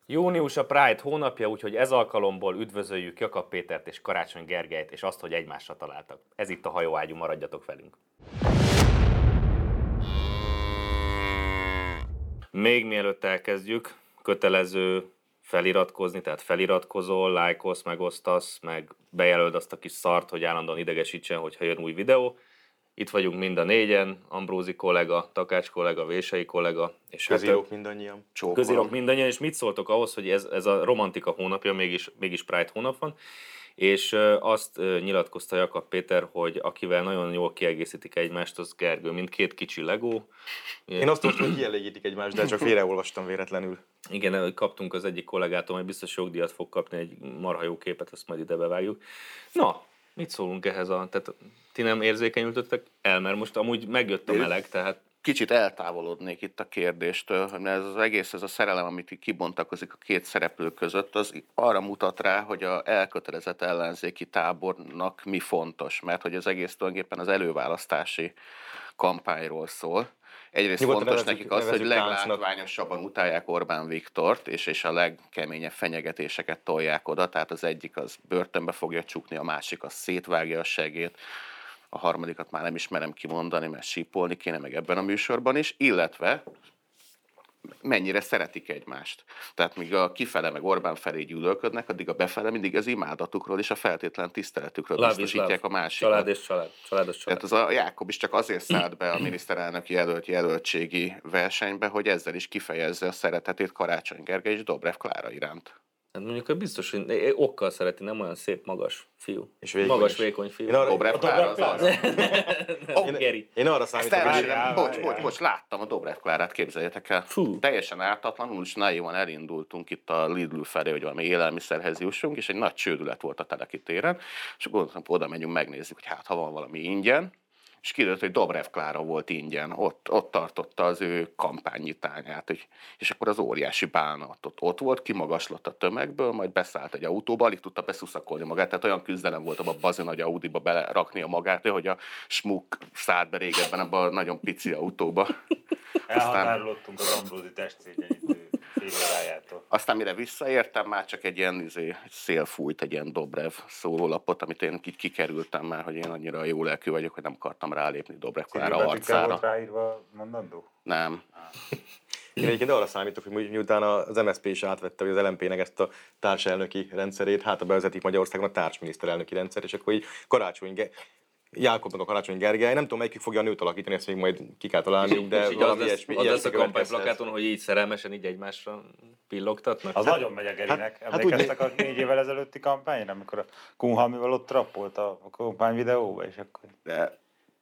Június a Pride hónapja, úgyhogy ez alkalomból üdvözöljük Jakab Pétert és Karácsony Gergelyt, és azt, hogy egymásra találtak. Ez itt a hajóágyú, maradjatok velünk. Még mielőtt elkezdjük, kötelező feliratkozni, tehát feliratkozol, lájkolsz, megosztasz, meg bejelöld azt a kis szart, hogy állandóan idegesítsen, hogyha jön új videó. Itt vagyunk mind a négyen, Ambrózi kollega, Takács kollega, Vései kollega. És közírok mindannyian. Közírok mindannyian, és mit szóltok ahhoz, hogy ez a romantika hónapja, mégis Pride hónap van, és azt nyilatkozta Jakab Péter, hogy akivel nagyon jól kiegészítik egymást, az Gergő, mint két kicsi Legó. Én azt mondtam, hogy kielégítik egymást, de csak félreolvastam véletlenül. Igen, kaptunk az egyik kollégától, hogy biztos jogdíjat fog kapni, egy marha jó képet, azt majd ide bevágjuk. Na, mit szólunk ehhez tehát ti nem érzékenyültöttek el, mert most amúgy megjött a meleg, tehát... Kicsit eltávolodnék itt a kérdéstől, mert ez az egész, ez a szerelem, amit kibontakozik a két szereplő között, az arra mutat rá, hogy az elkötelezett ellenzéki tábornak mi fontos, mert hogy az egész tulajdonképpen az előválasztási kampányról szól. Egyrészt nyugodtan fontos nekik az, hogy látványosabban leglátványosabban utálják Orbán Viktort, és a legkeményebb fenyegetéseket tolják oda, tehát az egyik az börtönbe fogja csukni, a másik az szétvágja a segét, a harmadikat már nem is merem kimondani, mert sípolni kéne meg ebben a műsorban is, illetve mennyire szeretik egymást. Tehát míg a kifele meg Orbán felé gyűlölködnek, addig a befele mindig az imádatukról és a feltétlen tiszteletükről biztosítják a másikat. Család és család. Családos család. Tehát az a Jákob is csak azért szállt be a miniszterelnök jelöltségi versenybe, hogy ezzel is kifejezze a szeretetét Karácsony Gergely és Dobrev Klára iránt. Hát mondjuk biztos, hogy okkal szereti, nem olyan szép, magas fiú. És vékony magas, is. vékony fiú. Dobrev Klára az. Én arra számítok, Bocs, láttam a Dobrev Klárát, képzeljétek el. Fú. Teljesen ártatlanul és naívan elindultunk itt a Lidl felé, hogy valami élelmiszerhez jussunk, és egy nagy csődület volt a Teleki téren, és gondoltam, oda megyünk, megnézzük, hogy hát ha van valami ingyen, és kiderült, hogy Dobrev Klára volt ingyen, ott tartotta az ő kampánynyitányát, és akkor az óriási bánatot ott volt, kimagaslott a tömegből, majd beszállt egy autóba, alig tudta beszuszakolni magát, tehát olyan küzdelem volt abban a bazi nagy Audiba belerakni a magát, hogy a smuk szállt be régebben abban a nagyon pici autóba. Elhatárolódtunk az Ambrózi testszégyenítő félórájától. Aztán mire visszaértem, már csak egy ilyen egy szél fújt, egy ilyen Dobrev szórólapot, amit én így kikerültem már, hogy én annyira jó lelkű vagyok, hogy nem akartam rálépni Dobrev Klára arcára. Volt ráírva mondandó? Nem. Én egyébként arra számítok, hogy miután az MSZP is átvette, vagy az LMP-nek ezt a társelnöki rendszerét, hát bevezetik Magyarországon a társminiszterelnöki rendszer, és akkor így Jákobnak a Karácsony Gergely, nem tudom, melyikük fogja a nőt alakítani, ezt még majd ki kell találniuk, de valami ilyesmi. Az lesz a kampányplakáton, hogy így szerelmesen így egymásra pillogtatnak. Az nagyon megy a Gerinek. Emlékeztek a 4 évvel ezelőtti kampányra, amikor a Kunhalmival ott trappolt a kampány videóba, és akkor... De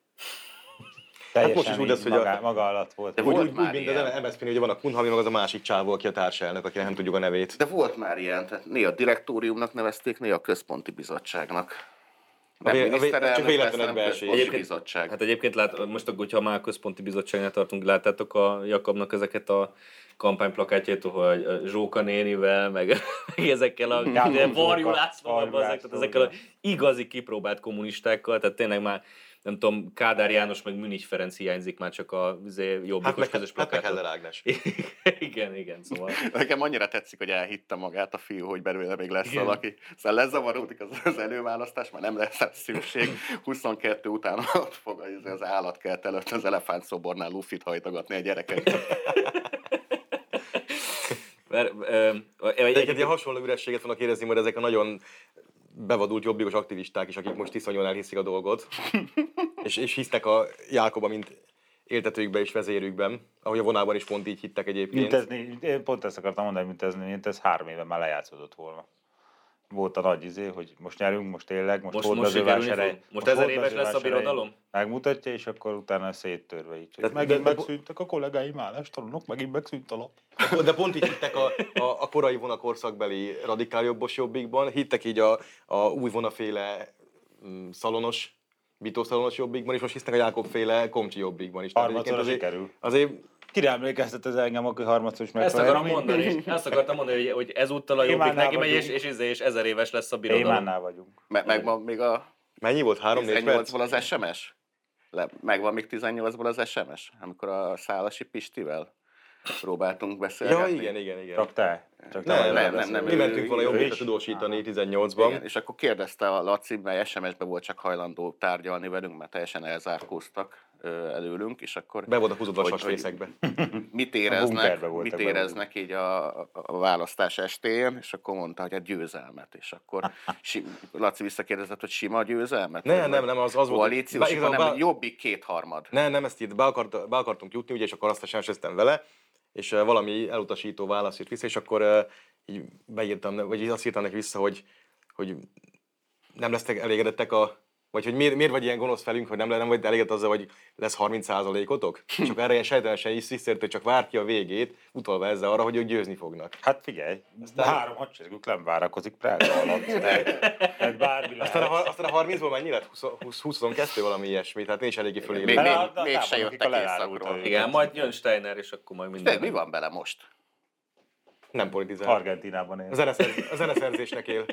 Teljesen most is úgy lesz, hogy maga alatt volt. De Úgy, volt úgy, már mint ilyen. az MSZP-nél, ugye van a Kunhalmi, meg az a másik csávó, aki a társelnök, akinek nem tudjuk a nevét. De volt már ilyen, tehát néha direktóriumnak nevezték, néha a központi bizottságnak. Nem csak véletlen hanem egybeesés. központi bizottság. Hát egyébként most, hogyha már a központi bizottságnál tartunk, láttátok a Jakabnak ezeket a kampányplakátjait, hogy Zsóka nénivel, meg ezekkel a varjulászval, ezekkel a igazi kipróbált kommunistákkal, tehát tényleg már nem tudom, Kádár János meg Münich Ferenc hiányzik már csak a jobbikos közös plakáton. Hát meg Heller Ágnes. Igen, szóval. Nekem annyira tetszik, hogy elhitte magát a fiú, hogy belőle még lesz valaki. Szóval lezavaródik az előválasztás, már nem lesz szükség. 22 után ott fog az állatkert előtt az elefántszobornál lufit hajtogatni a gyerekeknek. Egyébként ilyen hasonló ürességet fognak érezni majd ezek a nagyon bevadult jobbikos aktivisták is, akik most iszonyúan elhiszik a dolgot, és hisznek a Jákobba, mint éltetőjükben és vezérükben, ahogy a vonában is pont így hittek egyébként. Én pont ezt akartam mondani, mint ez 3 éve már lejátszódott volna. Volt a nagy hogy most nyerünk, most tényleg, most Hódmezővásárhely. Most 1000 éves lesz a birodalom? Megmutatja, és akkor utána széttörve így. Megint megszűntek a kollégáim állástalanok, megint megszűnt a lap. De pont így hittek a korai vonakorszakbeli radikáljobbos jobbikban, hittek így a új vonaféle szalonos, bitószalonos jobbikban, és most hisznek a Jákob-féle komcsi jobbikban is. Harmadszorra sikerül. Azért kire emlékeztet ez engem, aki harmadszor is Ezt akartam mondani, hogy ezúttal a jobbik neki megy, és 1000 éves lesz a birodalom. Émánnál vagyunk. Megvan még a... Mennyi volt? 3-4 perc? 18-ból az SMS? Megvan még 18-ból az SMS? Amikor a Szálasi Pistivel próbáltunk beszélgetni. Ja, igen. Csak te? Csak Nem. Mi mentünk volna ő jobbikra is. tudósítani 18-ban. Igen, és akkor kérdezte a Laci, mely SMS-ben volt csak hajlandó tárgyalni velünk, mert teljesen elzárkóztak előlünk, és akkor... Be volt a húzódva a sasfészekbe. Mit bunkerbe voltak éreznek így a választás estéjén, és akkor mondta, hogy a győzelmet, és akkor Laci visszakérdezett, hogy sima győzelmet? Nem, az volt. Koalíciós, nem, Jobbik 2/3. Nem, ezt itt be akartunk jutni, ugye, és akkor azt sem vele, és valami elutasító válasz jött vissza, és akkor így beírtam, vagy azt írtam neki vissza, hogy nem lesztek elégedettek vagy hogy miért vagy ilyen gonosz felünk, hogy nem vagy elégedett azzal, hogy lesz 30%-otok? Csak erre ilyen sejtelmesen is visszért, hogy csak vár ki a végét, utalva ezzel arra, hogy ők győzni fognak. Hát figyelj, a 3 hadseregük nem várakozik Prága alatt. Tehát bármi lehet. Aztán a 30-ból mennyi lett? 22 valami ilyesmi, tehát én is eléggé fölírtam. Még se jöttek északról. Igen, majd jön Steiner, és akkor majd minden. De mi van bele most? Nem politizál. Argentínában él. A zeneszerzésnek él.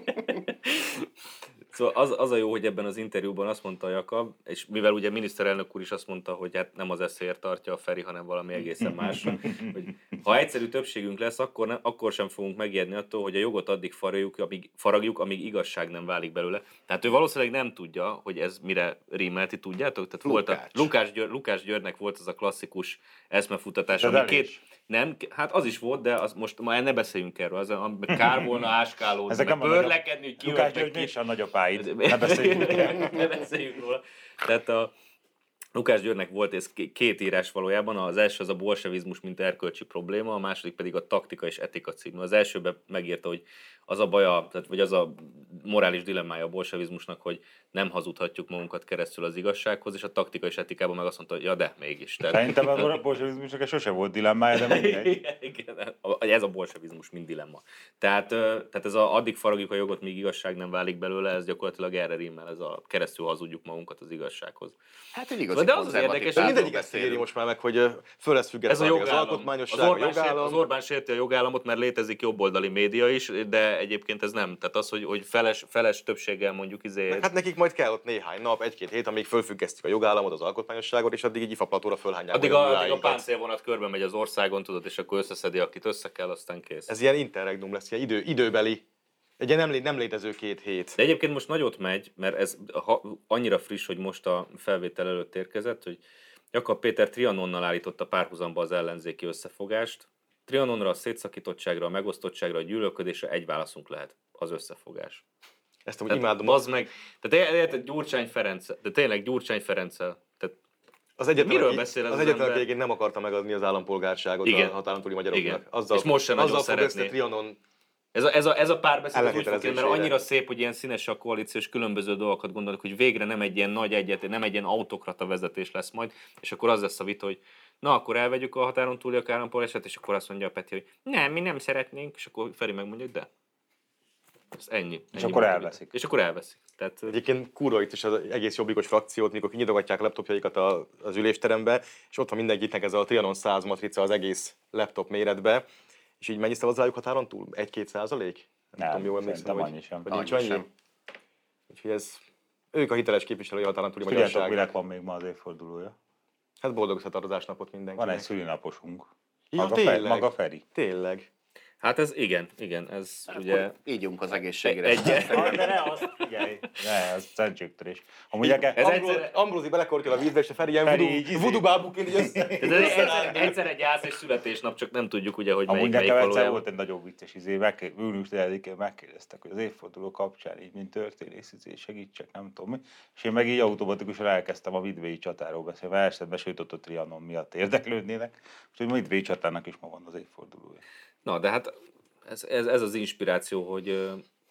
Szóval az a jó, hogy ebben az interjúban azt mondta Jakab, és mivel ugye miniszterelnök úr is azt mondta, hogy hát nem az eszéért tartja a Feri, hanem valami egészen másra, hogy ha egyszerű többségünk lesz, akkor sem fogunk megijedni attól, hogy a jogot addig faragjuk, amíg igazság nem válik belőle. Tehát ő valószínűleg nem tudja, hogy ez mire rímel, ti tudjátok? Tehát Lukács Györgynek volt az a klasszikus eszmefutatás, ami nem, hát az is volt, de az most már ne beszéljünk erről, az, kár volna áskálódni, meg bőrlekedni, hogy ki Lukács György is a nagyapáid. Ne beszéljünk róla. Tehát a Lukács Györgynek volt ez 2 írás valójában, az első az a bolsevizmus, mint erkölcsi probléma, a második pedig a taktika és etika című. Az elsőben megírta, hogy az a baja, vagy az a morális dilemmája a bolsevizmusnak, hogy nem hazudhatjuk magunkat keresztül az igazsághoz, és a taktika és etikában meg azt mondta, hogy ja, de mégis. Szerintem a bolsevizmusnak sose volt dilemmája, de mindegy. Igen, ez a bolsevizmus mind dilemma. Tehát ez addig faragjuk a jogot, míg igazság nem válik belőle, ez gyakorlatilag erre rímel, ez a keresztül hazudjuk magunkat az igazsághoz. Hát egy igazi de az érdekes, hogy mindegyik ezt ígéri most már meg, hogy föl lesz független az alkotmányosság, a jogállam. Az Orbán sérti a jogállamot, mert létezik jobboldali média is, de egyébként ez nem. Tehát az, hogy feles többséggel mondjuk Hát nekik majd kell ott néhány nap, 1-2 hét, amíg fölfüggesztik a jogállamot, az alkotmányosságot, és addig így ifaplatóra fölhányják. Addig a páncélvonat körbe megy az országon, tudod, és akkor összeszedi, akit össze kell, aztán kész. Ez ilyen interregnum lesz, ilyen időbeli. Egy nem létező 2 hét. De egyébként most nagyot megy, mert ez annyira friss, hogy most a felvétel előtt érkezett, hogy Jakab Péter Trianonnal állította párhuzamba az ellenzéki összefogást. Trianonra, a szétszakítottságra, a megosztottságra, a gyűlölködésre egy válaszunk lehet, az összefogás. Ezt amúgy imádom. Az meg, tehát Gyurcsány Ferenc, de tényleg Gyurcsány Ferenccel. Miről beszél ez az egyetlen, aki nem akarta megadni az állampolgárságot a határon túli magyaroknak. És most sem nagyon szeretné. Trianon. Ez a párbeszéd az úgy fog ki, mert annyira szép, hogy ilyen színes a koalíció, és különböző dolgokat gondolok, hogy végre nem egy ilyen nagy nem egy ilyen autokrata vezetés lesz majd, és akkor az lesz a vita, hogy na, akkor elvegyük a határon túliak állampolgárságot, és akkor azt mondja a Peti, hogy nem, mi nem szeretnénk, és akkor Feri megmondja, hogy de. Ez ennyi. És akkor elveszik. És akkor elveszik. Tehát... Egyébként kurva itt is az egész jobbikos frakciót, mikor kinyitogatják a laptopjaikat az ülésterembe, és ott van mindenkinek ez a Trianon 100 matrica az egész laptop méretbe, és így mennyi szavazzájuk határon túl? 1-2%? Nem tudom, jól emlékszem, hogy nincs annyi. Úgyhogy ők a hiteles képviselői határon túli magyarság. Tudjátok, minek van még ma az évfordulója? Hát boldog összetartozásnapot mindenkinek. Van egy szülinaposunk. Maga Feri. Tényleg. Hát ez igen, ez hát ugye... Ígyunk az egészségre. De ne azt figyelj. Ne, ez szentségtörés. Ambrózi belekortyol a vízbe, és a Feri ilyen voodoo bábuként így egyszer egy gyász és születésnap, csak nem tudjuk ugye, hogy melyik valójában. Volt egy nagyon vicces június 10-én megkérdeztek, hogy az évforduló kapcsán így, mint történész, segítsek, nem tudom mi. És én meg így automatikusan elkezdtem a Vidvei csatáról beszélni, mert esetben sőt a Trianon miatt érdeklődnének. Úgyhogy a Vidvei csatának is ma van az évfordulója. Na, de hát ez az inspiráció, hogy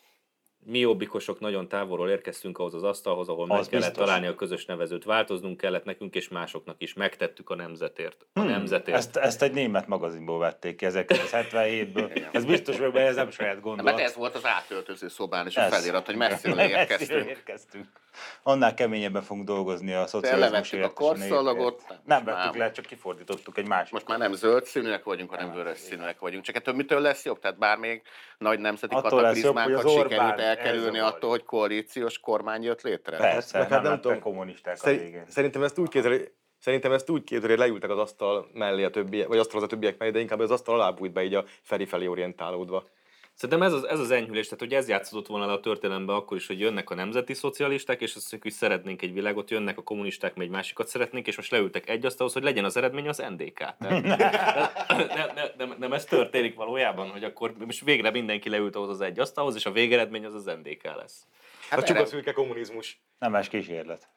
mi jobbikosok nagyon távolról érkeztünk ahhoz az asztalhoz, ahol meg kellett találni a közös nevezőt. Változnunk kellett nekünk és másoknak is. Megtettük a nemzetért. Ezt egy német magazinból vették ki 1977-ből. Ez biztos, hogy ez nem saját gondolat. Mert ez volt az átöltöző szobán, és a felirat, hogy messziről érkeztünk. Annál keményebben fogunk dolgozni a szocializmus a korszalagot. Nem vettük le, csak kifordítottuk egy másik. Most már nem zöld színűek vagyunk, hanem vörös színűek vagyunk. Csak ettől mitől lesz jobb? Tehát bármilyen nagy nemzeti kataklizmákat sikerült elkerülni attól, hogy koalíciós kormány jött létre? Persze, nem lettek kommunisták a végén. Szerintem ezt úgy képzeli, Szerintem ezt úgy képzelni, hogy leültek az asztal mellé a többiek, vagy asztalhoz a többiek mellé, de inkább az asztal alá bújt be így a Feri felé orientálódva. Szerintem ez az enyhülés, tehát hogy ez játszódott volna le a történelemben akkor is, hogy jönnek a nemzeti szocialisták, és azt mondjuk, hogy szeretnénk egy világot, jönnek a kommunisták, meg egy másikat szeretnénk, és most leültek egy asztalhoz, hogy legyen az eredmény az NDK. Nem ez történik valójában, hogy akkor most végre mindenki leült ahhoz az egy asztalhoz, és a végeredmény az NDK lesz. Hát a csukaszülke kommunizmus. Nemes kísérlet.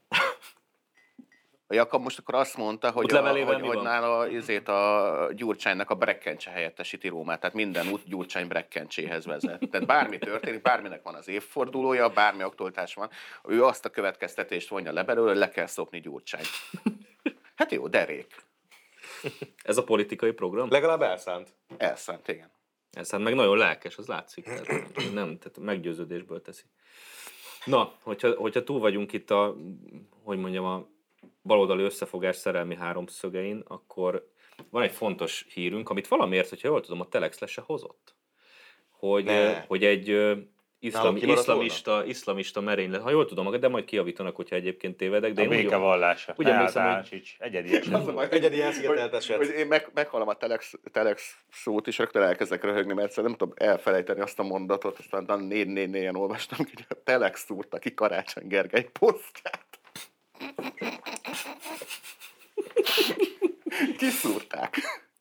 A Jakab most akkor azt mondta, hogy, hogy nála a Gyurcsánynak a Brekkencse helyettesíti Rómát, tehát minden út Gyurcsány Brekkencséhez vezet. Tehát bármi történik, bárminek van az évfordulója, bármi aktualitás van, ő azt a következtetést vonja le belőle, hogy le kell szopni Gyurcsányt. Hát jó, derék. Ez a politikai program? Legalább elszánt. Elszánt, igen. Elszánt, meg nagyon lelkes, az látszik. Tehát meggyőződésből teszi. Na, hogyha túl vagyunk itt a baloldali összefogás szerelmi háromszögein, akkor van egy fontos hírünk, amit valamiért, hogyha jól tudom, a Telex le se hozott. Hogy egy iszlamista merénylet, ha jól tudom, de majd kijavítanak, hogyha egyébként tévedek. De a békevallása. Egyedi elszigetelt eset. Hogy én meghallom a Telex szót, és rögtön elkezdek röhögni, mert nem tudom elfelejteni azt a mondatot, aztán 444-en olvastam, hogy a Telex szúrta ki Karácsony Gergely posztját. Kiszúrták.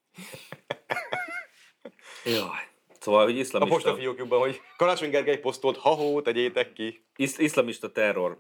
Jaj. Szóval, hogy iszlamista... A postafiókjukban, hogy Karácsony Gergely posztolt, ha-hó, tegyétek ki. Iszlamista terror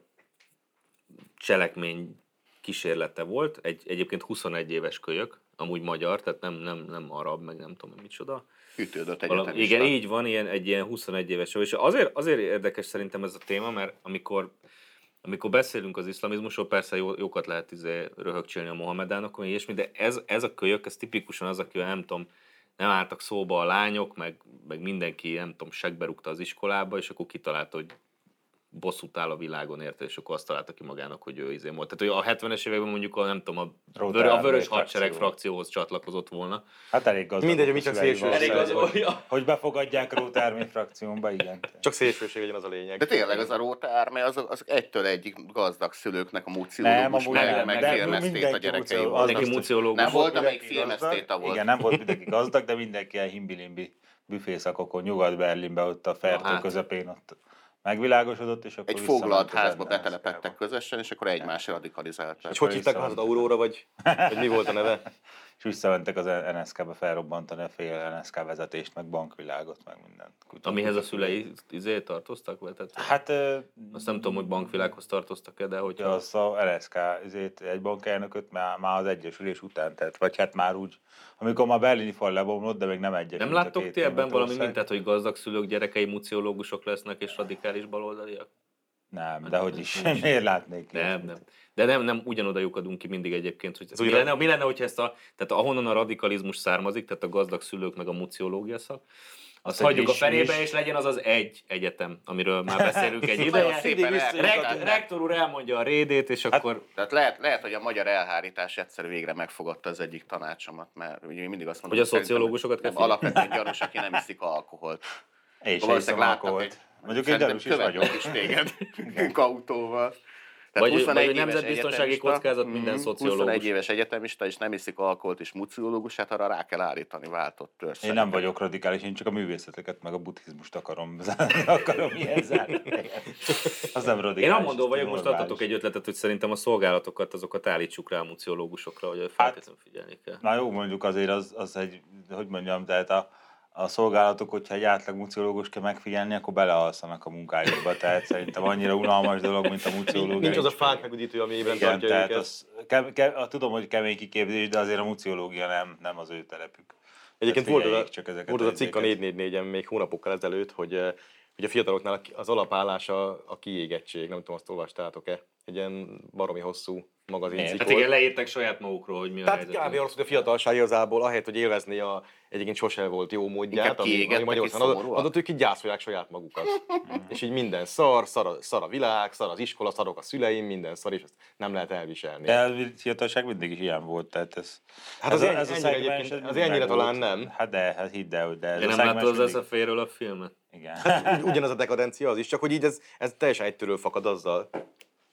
cselekmény kísérlete volt. Egyébként 21 éves kölyök, amúgy magyar, tehát nem arab, meg nem tudom, micsoda. Ütődött egyetemista. Igen, így van, egy ilyen 21 éves. És azért érdekes szerintem ez a téma, mert amikor beszélünk az iszlamizmusról, persze jókat lehet röhögcsélni a Mohamedánokon, ilyesmi, de ez a kölyök, ez tipikusan az, aki nem tudom, nem álltak szóba a lányok, meg mindenki, nem tudom, segbe rúgta az iskolába, és akkor kitalálta, hogy bosszút áll a világon, érte, és akkor azt találta ki magának, hogy ő volt. Tehát hogy a 70-es években mondjuk a Vörös Hadsereg frakcióhoz csatlakozott volna. Hát elég gazdag. Mindegy, hogy mit csak szélsőség. Hogy befogadják Róta Ármé frakciónba, igen. Csak szélsőség legyen az a lényeg. De tényleg az a Róta Ármé, az egytől egyik gazdag szülőknek a muciológus, meg filmesztét a gyerekei volt. Neki muciológus. Nem volt, amelyik filmesztéta volt. Igen, nem volt mindenki gazdag, de mindenki ilyen himbilimbi büfészakokon, Nyugat-Berlinben, ott a Fertő közepén ott megvilágosodott, és akkor egy foglalt házba betelepedtek közösen, és akkor egymásra radikalizálták. És hogy hívták a házat, Aurora, vagy mi volt a neve? És visszamentek az NSZK-be felrobbantani a fél NSZK vezetést, meg bankvilágot, meg mindent. Amihez a szülei tartoztak? Vagy? Hát... azt nem tudom, hogy bankvilághoz tartoztak-e, de hogy... Az a NSZK egy bankelnököt már az egyesülés után tett, vagy hát már úgy, amikor már a berlini fal lebomlott, de még nem egyesült. Nem láttok ti ebben valami mintát, hogy gazdag szülők gyerekei muciológusok lesznek és radikális baloldaliak? Nem, de hogy is. Miért látnék? Nem. De nem ugyanoda lyukadunk ki mindig egyébként, hogy mi lenne, hogyha tehát ahonnan a radikalizmus származik, tehát a gazdag szülők meg a muciológia szak, azt hagyjuk a fenébe, és legyen az egy egyetem, amiről már beszélünk egy ideje. Rektor úr elmondja a rédét, és akkor... Tehát lehet, hogy a magyar elhárítás egyszer végre megfogadta az egyik tanácsomat, mert ugye mindig azt mondom, hogy a szociológusokat kell figyelni. Alapvetően gyanús, aki nem iszik alkoholt. És hiszem alkoholt. Mondjuk én gyanús is vagyok. Is téged autóval. Vagy nemzetbiztonsági kockázat minden szociológus. 21 éves egyetemista, és nem iszik alkoholt, és muciológus, hát arra rá kell állítani váltott törzs. Én nem vagyok radikális, én csak a művészeteket, meg a buddhizmust akarom ilyen zárni. Az nem radikális. Én amondó vagyok, most adhatok egy ötletet, hogy szerintem a szolgálatokat, azokat állítsuk rá a muciológusokra, hogy feltétlenül figyelni kell. Na jó, mondjuk azért az egy, hogy mondjam, tehát a szolgálatok, hogyha egy átlag muciológus kell megfigyelni, akkor belealszanak a munkájukba. Tehát szerintem annyira unalmas dolog, mint a muciológia. Nincs az a fák megüdítő, ami ében tartja őket. Tudom, hogy kemény kiképzés, de azért a muciológia nem az ő telepük. Egyébként volt az a cikk a 444-en még hónapokkal ezelőtt, hogy a fiataloknál az alapállása a kiégettség. Nem tudom, azt olvastátok-e? Egy ilyen baromi hosszú magazincikk volt. Hát igen, leírták saját magukról, hogy mi a helyzet. Tehát kb. Az, hogy a fiatalság igazából, ahelyett, hogy élvezni egyébként sose volt jó módját, ami Magyarországon adott, ők így gyászolják saját magukat. És így minden szar a világ, szar az iskola, szarok a szüleim, minden szar, és ezt nem lehet elviselni. De a fiatalság mindig is ilyen volt, tehát ez... Hát az ennyire talán nem. Hát hidd el, de ez nem láttad az SZF-ről a filmet? Igen. Ugyanaz a dekadencia az is, csak hogy így ez teljesen egytől fakad azzal.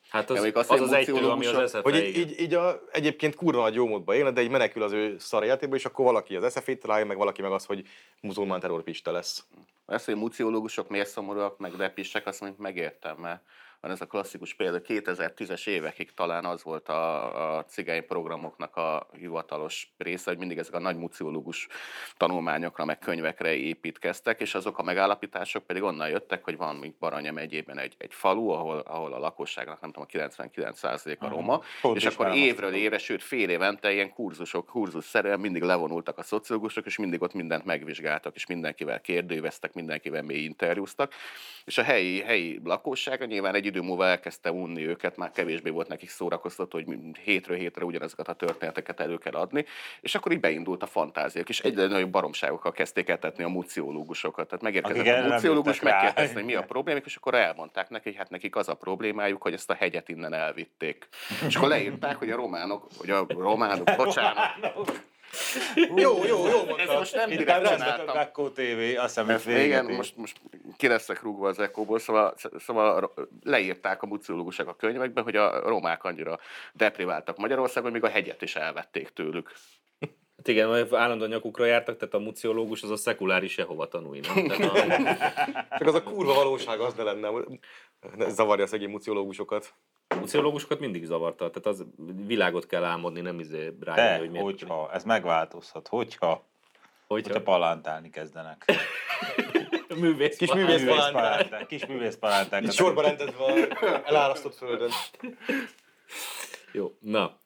Hát az Amikor azt az, mondja, az egytő, ami az SFE. Hogy így egyébként kurva nagy jó módban élne, de így menekül az ő szar életébe, és akkor valaki az SFE-t találja, meg valaki meg az, hogy muzulmán terrorista lesz. Ezt, hogy muciológusok miért szomorúak, meg depisek, azt mondjuk megértem, mert van ez a klasszikus példa, 2010-es évekig talán az volt a cigány programoknak a hivatalos része, hogy mindig ezek a nagy muciológus tanulmányokra, meg könyvekre építkeztek, és azok a megállapítások pedig onnan jöttek, hogy van még Baranya megyében egy falu, ahol a lakosságnak nem tudom, a 99%-a roma, és akkor évről évre, sőt fél évente ilyen kurzusszerűen mindig levonultak a szociológusok, és mindig ott mindent megvizsgáltak, és mindenkivel kérdőveztek, mindenkivel mély interjúztak, és a helyi lakossága nyilván egy idő múlva elkezdte unni őket, már kevésbé volt nekik szórakoztató, hogy hétről hétre ugyanazokat a történeteket elő kell adni, és akkor így beindult a fantáziák, és egyre nagyobb baromságokkal kezdték etetni a muciológusokat. Tehát megérkezett a muciológus, megkérdezte, hogy mi a problémák, és akkor elmondták neki, hogy hát nekik az a problémájuk, hogy ezt a hegyet innen elvitték. És akkor leírták, hogy a románok, bocsánat. Jó mondta. Ez most nem Itt direkt rendben csináltam. a Bekko TV, azt hiszem, Ezt hogy véget igen, most ki leszek rúgva az Ekóból, szóval leírták a muciológusok a könyvekben, hogy a romák annyira depriváltak Magyarországon, hogy még a hegyet is elvették tőlük. Hát igen, mert állandóan nyakukra jártak, tehát a muciológus az a szekuláris Jehova tanúi, nem? Tehát Csak az a kurva valóság az ne lenne, zavarja a szegény muciológusokat. a muciológusokat mindig zavarta, tehát az világot kell álmodni, nem rájönni, De, hogy miért. hogyha, ez megváltozhat, hogyha palántálni kezdenek. Művész Kis művészpalánták. Itt sorba rendezve a elárasztott földön. Jó, na.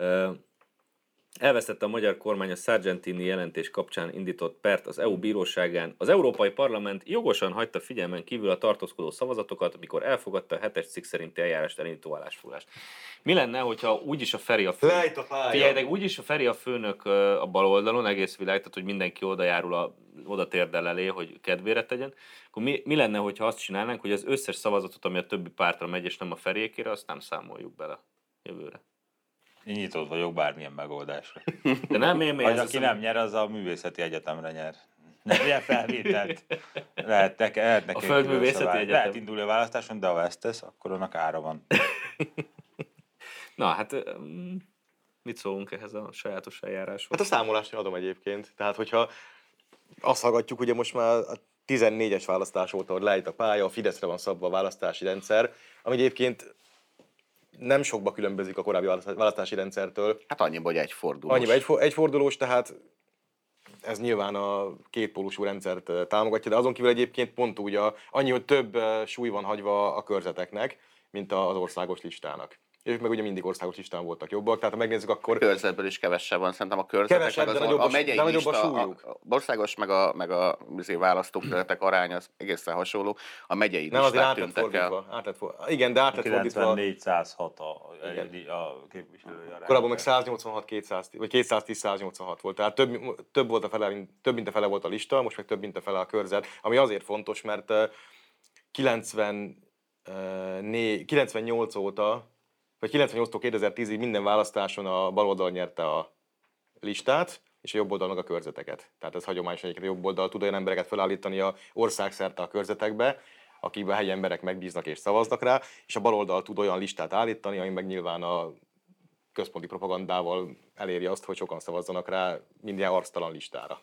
Elvesztette a magyar kormány a Sargentini jelentés kapcsán indított pert az EU bíróságán. Az Európai Parlament jogosan hagyta figyelmen kívül a tartózkodó szavazatokat, mikor elfogadta a 7-es cikk szerinti eljárást elindító állásfoglalást. Mi lenne, hogyha úgyis a Feri a főnök... Lejt a pálya! Figyelj, úgyis a Feri a főnök a bal oldalon, egész világ, tehát hogy mindenki oda járul, oda térdel elé, hogy kedvére tegyen. Akkor mi lenne, hogyha azt csinálnánk, hogy az összes szavazatot, ami a többi pártra megy, és nem a Feriékére, azt nem számoljuk bele jövőre. Én nyitott vagyok bármilyen megoldásra. De nem én, Vagy aki nem nyer, az a művészeti egyetemre nyer. Nem ilyen felvételt. Lehet neki a Földművészeti Egyetem. Lehet indulni a választáson, de ha ezt tesz, akkor annak ára van. Na, hát mit szólunk ehhez a sajátos eljáráshoz? Hát a számolást adom egyébként. Tehát, hogyha azt hallgatjuk, ugye most már a 14-es választás óta, hogy lejt a pálya, a Fideszre van szabva a választási rendszer, ami egyébként nem sokba különbözik a korábbi választási rendszertől. Hát annyiban, hogy egyfordulós. Annyiban egyfordulós, tehát ez nyilván a kétpólusú rendszert támogatja, de azon kívül egyébként pont úgy annyi, hogy több súly van hagyva a körzeteknek, mint az országos listának. Ők meg ugye mindig országos listán voltak jobbak, tehát ha megnézzük, akkor... A körzetből is kevesebb van, szerintem a körzetek, kevesebb, meg de a megyei nagyobb lista, a súlyuk. a országos meg a választókerületek aránya az egészen hasonló. A megyei nem, listát tűntek el. Igen, de át lett fordítva. 94-106 a képviselői arány. Korábban meg 186-210, vagy 210-186 volt, tehát több volt a fele, több mint a fele volt a lista, most meg több mint a fele a körzet, ami azért fontos, mert 98 óta, vagy 98-tól 2010-ig minden választáson a baloldal nyerte a listát, és a jobb oldal meg a körzeteket. Tehát ez hagyományos, egyébként a jobb oldal tud olyan embereket felállítani a országszerte a körzetekbe, akikben helyi emberek megbíznak és szavaznak rá, és a baloldal tud olyan listát állítani, ami meg nyilván a központi propagandával eléri azt, hogy sokan szavazzanak rá minden arctalan listára.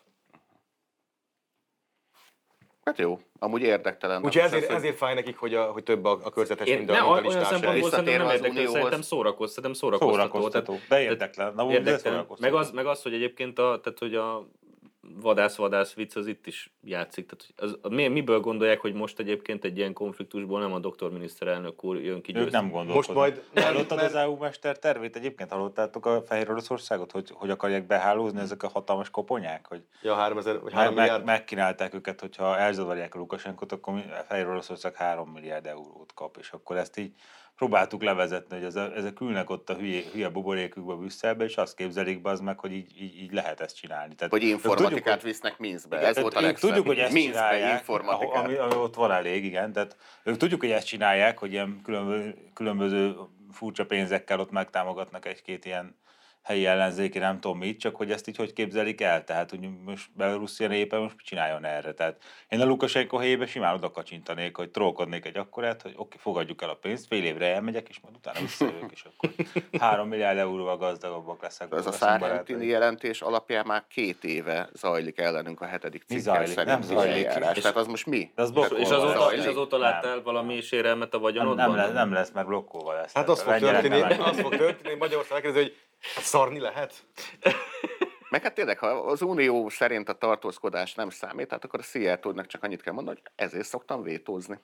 Hát jó, amúgy érdektelen. Úgyhogy ezért fáj nekik, hogy több a körzetes, mint a listás. Olyan szempontból szerintem nem érdekel, szerintem szórakoztató. De érdeklen. Meg az, hogy egyébként tehát, hogy a vadász vicc az itt is játszik. Tehát, miből gondolják, hogy most egyébként egy ilyen konfliktusból nem a doktor miniszterelnök úr jön ki győzni? Ők nem gondolkodnak. Hallottad az EU mester tervét egyébként? Hallottátok a Fehér Oroszországot, hogy akarják behálózni ezek a hatalmas koponyák? Hogy ja, 3000 vagy 3 milliárd. Megkínálták őket, hogyha elzavarják a Lukasenkot, akkor Fehér Oroszország 3 milliárd eurót kap, és akkor ezt így próbáltuk levezetni, hogy ezek ülnek ott a hülye buborékükbe Brüsszelbe, és azt képzelik be az meg, hogy így lehet ezt csinálni. Tehát, hogy informatikát visznek Minszbe, ez volt a legszebb. Tudjuk, hogy ezt csinálják, ami ott van elég, igen. Tehát ők tudjuk, hogy ezt csinálják, hogy ilyen különböző furcsa pénzekkel ott megtámogatnak egy-két ilyen helyi ellenzéki, nem tudom mit, csak hogy ezt így hogy képzelik el. Tehát, hogy most Belorusszia népe most mit csináljon erre. Tehát én a Lukasenko helyébe simán oda kacsintanék, hogy trollkodnék egy akkorát, hogy oké, fogadjuk el a pénzt, fél évre elmegyek, és majd utána visszajövök, és akkor 3 milliárd euróval gazdagabbak leszek. Ez a Sargentini jelentés alapján már 2 éve zajlik ellenünk a 7. cikkel szerinti eljárás. Tehát az most mi? És azóta láttál valami sérelmet a vagyonodban? Nem lesz, mert blokkolva lesz. Hát az fog történni, Magyarország megkérdezi, hogy szarni lehet? Meg hát tényleg, ha az Unió szerint a tartózkodás nem számít, hát akkor a Szijjártónak csak annyit kell mondani, hogy ezért szoktam vétózni.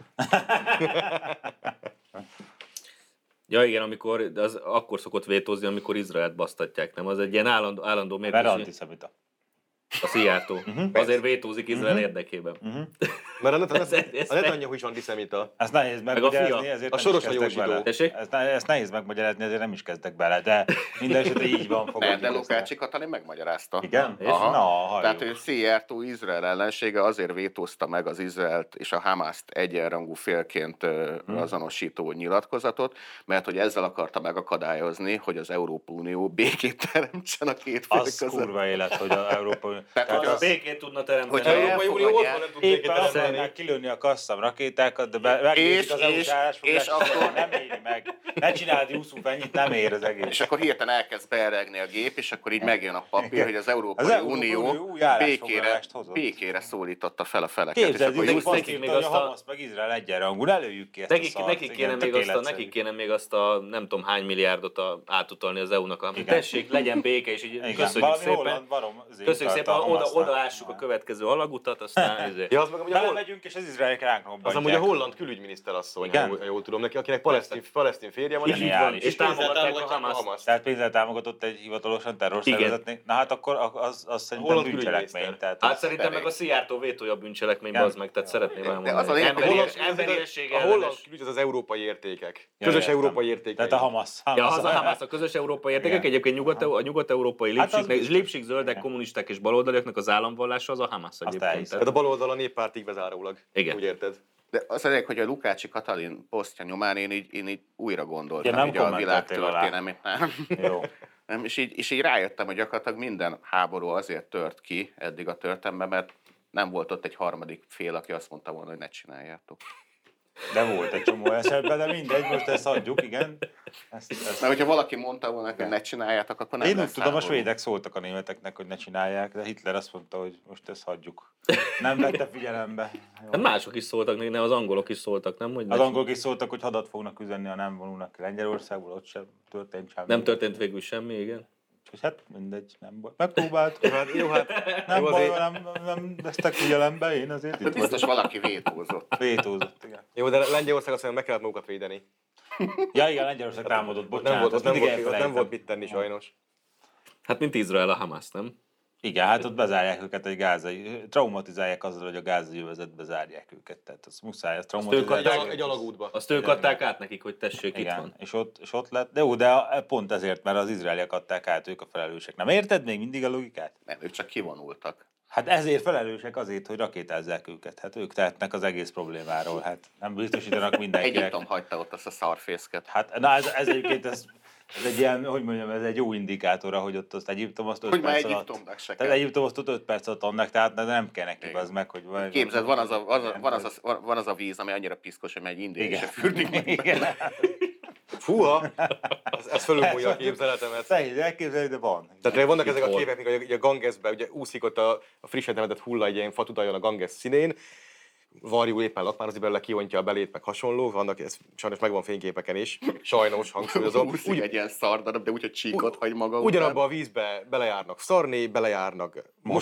Ja igen, az akkor szokott vétózni, amikor Izraelt basztatják, nem? Az egy ilyen állandó mert antiszemita. A Szijjártó. Azért vétózik Izrael érdekében. Mert a Netanyahu is antiszemita. Ezt nehéz megmagyarázni, ezért a soros hajózsidó. Ezt nehéz megmagyarázni, ezért nem is kezdek bele, de minden esetre így van. De Lukács Katalin megmagyarázta. Igen? Aha. Tehát, hogy Szijjártó Izrael ellensége azért vétózta meg az Izraelt és a Hamaszt egyenrangú félként azonosító nyilatkozatot, mert hogy ezzel akarta megakadályozni, hogy az Európai Unió békét teremtsen a két fél között. Az kurva élet, hogy az Európai Tehát, hogy a békét tudna teremteni. Hogy Európai Unió ott van, nem tud éppen akarnák kilőni a kasszam rakétákat, de megnézik az EU-s állásfoglalást, akkor nem éri meg. Ne csináld, Yusuf, ennyit nem ér az egész. És akkor hirtelen elkezd beeregni a gép, és akkor így megjön a papír, hogy az Európai Unió békére szólította fel a feleket. Képzeld, hogy a Hamas meg Izrael egyenrangú, ne lőjük ki ezt a szart. Nekik kéne még azt a nem tudom hány milliárdot átutalni az EU-nak, tessék, legyen béke, és így köszönjük szépen. Köszönjük szépen, odaássuk a következő alagutat, aztán belemegyünk, és az izraeliek ránk robbantják. Az amúgy a holland külügyminiszter asszony, ha jól tudom neki, akinek palesztin férje van, és támogatják a Hamaszt. Tehát pénzzel támogatott egy hivatalosan terrorszervezetnek. Na hát akkor az szerintem bűncselekmény. Hát szerintem meg a Szijjártó vétója bűncselekmény, az meg, tehát szeretném elmondani. A holland külügy az európai értékek. Közös európai értékek. Tehát a Hamas. A közös európai értékek, egyébként a nyugat-európai lipsik zöldek, kommunisták és baloldaliaknak az államvallása az a Hamas egyébként. Tehát a baloldal a néppártig bezárólag. Igen. Úgy érted? De az elég, hogy a Lukácsi Katalin posztja nyomán én így újra gondoltam így a világ történelmét. És így rájöttem, hogy gyakorlatilag minden háború azért tört ki eddig a történelemben, mert nem volt ott egy harmadik fél, aki azt mondta volna, hogy ne csináljátok. De volt egy csomó esetben, de mindegy, most ezt hagyjuk, igen. Mert hogyha valaki mondta volna, hogy ne csináljátok, akkor nem. Én úgy tudom, a svédek szóltak a németeknek, hogy ne csinálják, de Hitler azt mondta, hogy most ezt hagyjuk. Nem vette figyelembe. Hát mások is szóltak, nem az angolok is szóltak, nem? Hogy az angolok is szóltak, hogy hadat fognak üzenni, ha nem vonulnak ki Lengyelországból, ott sem történt semmi. Nem történt végül semmi, igen. Hát mindegy, nem baj. Megpróbáltuk. Jó, hát nem baj, nem vesztek figyelembe, én azért itt biztos valaki vétózott. Vétózott, igen. Jó, de Lengyelország azt meg kellett magukat védeni. Ja, igen, Lengyelország támadott, bocsánat. Nem volt mit tenni sajnos. Hát mint Izrael a Hamas, nem? Igen, hát ott bezárják őket egy gázai, traumatizálják azzal, hogy a gázai övezetbe zárják őket, tehát az muszáj, ezt traumatizálják. Egy alagútba. Azt ők adták át nekik, hogy tessék, igen, itt van. És ott lett, de jó, de pont ezért, mert az izraeliek adták át, ők a felelősek. Nem érted még mindig a logikát? Nem, ők csak kivonultak. Hát ezért felelősek azért, hogy rakétázzák őket. Hát ők tehetnek az egész problémáról, hát nem biztosítanak mindenkinek. Egyiptom hagyta ott azt a szarfészket. Hát na ez egyébként ez egy ilyen, hogy mondjam, ez egy jó indikátora, hogy ott azt Egyiptom azt 5 perc alatt. Tehát Egyiptom azt 5 perc alatt annak, tehát nem kell neki az meg, hogy... Képzeld, van az a víz, ami annyira piszkos, hogy megy Indiába, se fürdik meg. Fúha! Ez fölülmúlja a képzeletemet. Nehéz elképzelni, de van. Tehát vannak ezek a képek, hogy a Gangesben ugye úszik ott a frissen temetett hulla egy ilyen fatudaljon a Ganges színén, varjú éppen lakmározik belőle, kiontja a belét, meg hasonló, vannak, ez sajnos megvan fényképeken is, sajnos hangsúlyozom. Úszik egy ilyen szardarab, de úgy, hogy csíkot hagy maga után. Ugyanabba a vízbe belejárnak szarni, belejárnak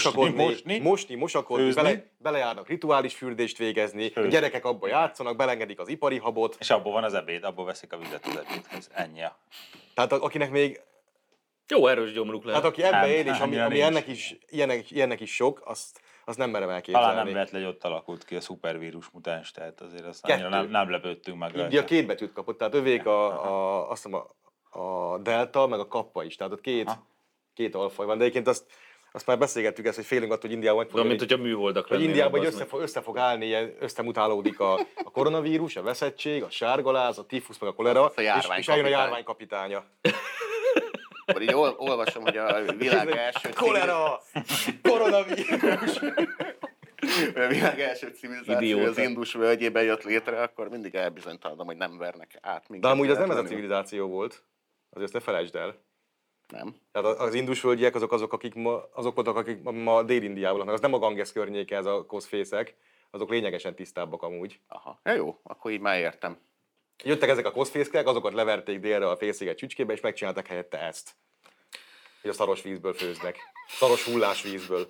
mosakodni, belejárnak rituális fürdést végezni, a gyerekek abba játszanak, belengedik az ipari habot. És abból van az ebéd, abból veszik a vizet az ebédhez, ennyi. Tehát akinek még... Jó erős gyomruk lehet. Hát aki ebbe él, és ami ennek is sok, azt nem merem elképzelni. Talán nem lehet, hogy ott alakult ki a szupervírus mutáns, tehát azért azt annyira nem lepődtünk meg rajta. India 2 betűt kapott, tehát övék azt hiszem a delta, meg a kappa is, tehát ott két alfaj van, de egyébként azt már beszélgettük ezt, hogy félünk attól, hogy Indiában meg fog... Mint hogyha műholdak lennének. Indiában össze fog állni, ilyen összemutálódik a koronavírus, a veszettség, a sárgaláz, a tifusz, meg a kolera, és eljön a járványkapitánya. Akkor így olvasom, hogy a világ első Kolera! Koronavírus! a világ első civilizáció az Indus völgyében jött létre, akkor mindig elbizonytalanom, hogy nem vernek át minket. De amúgy az nem ez a civilizáció volt. Azért ne felejtsd el. Nem. Tehát az indusvölgyiek azok voltak, akik ma Dél-Indiából laknak. Az nem a Ganges környéke, ez a koszfészek. Azok lényegesen tisztábbak amúgy. Aha. Ja, jó, akkor így már értem. Jöttek ezek a koszfészkek, azokat leverték délre a félsziget csücskébe, és megcsináltak helyette ezt. Hogy a szaros vízből főznek. Szaros hullás vízből.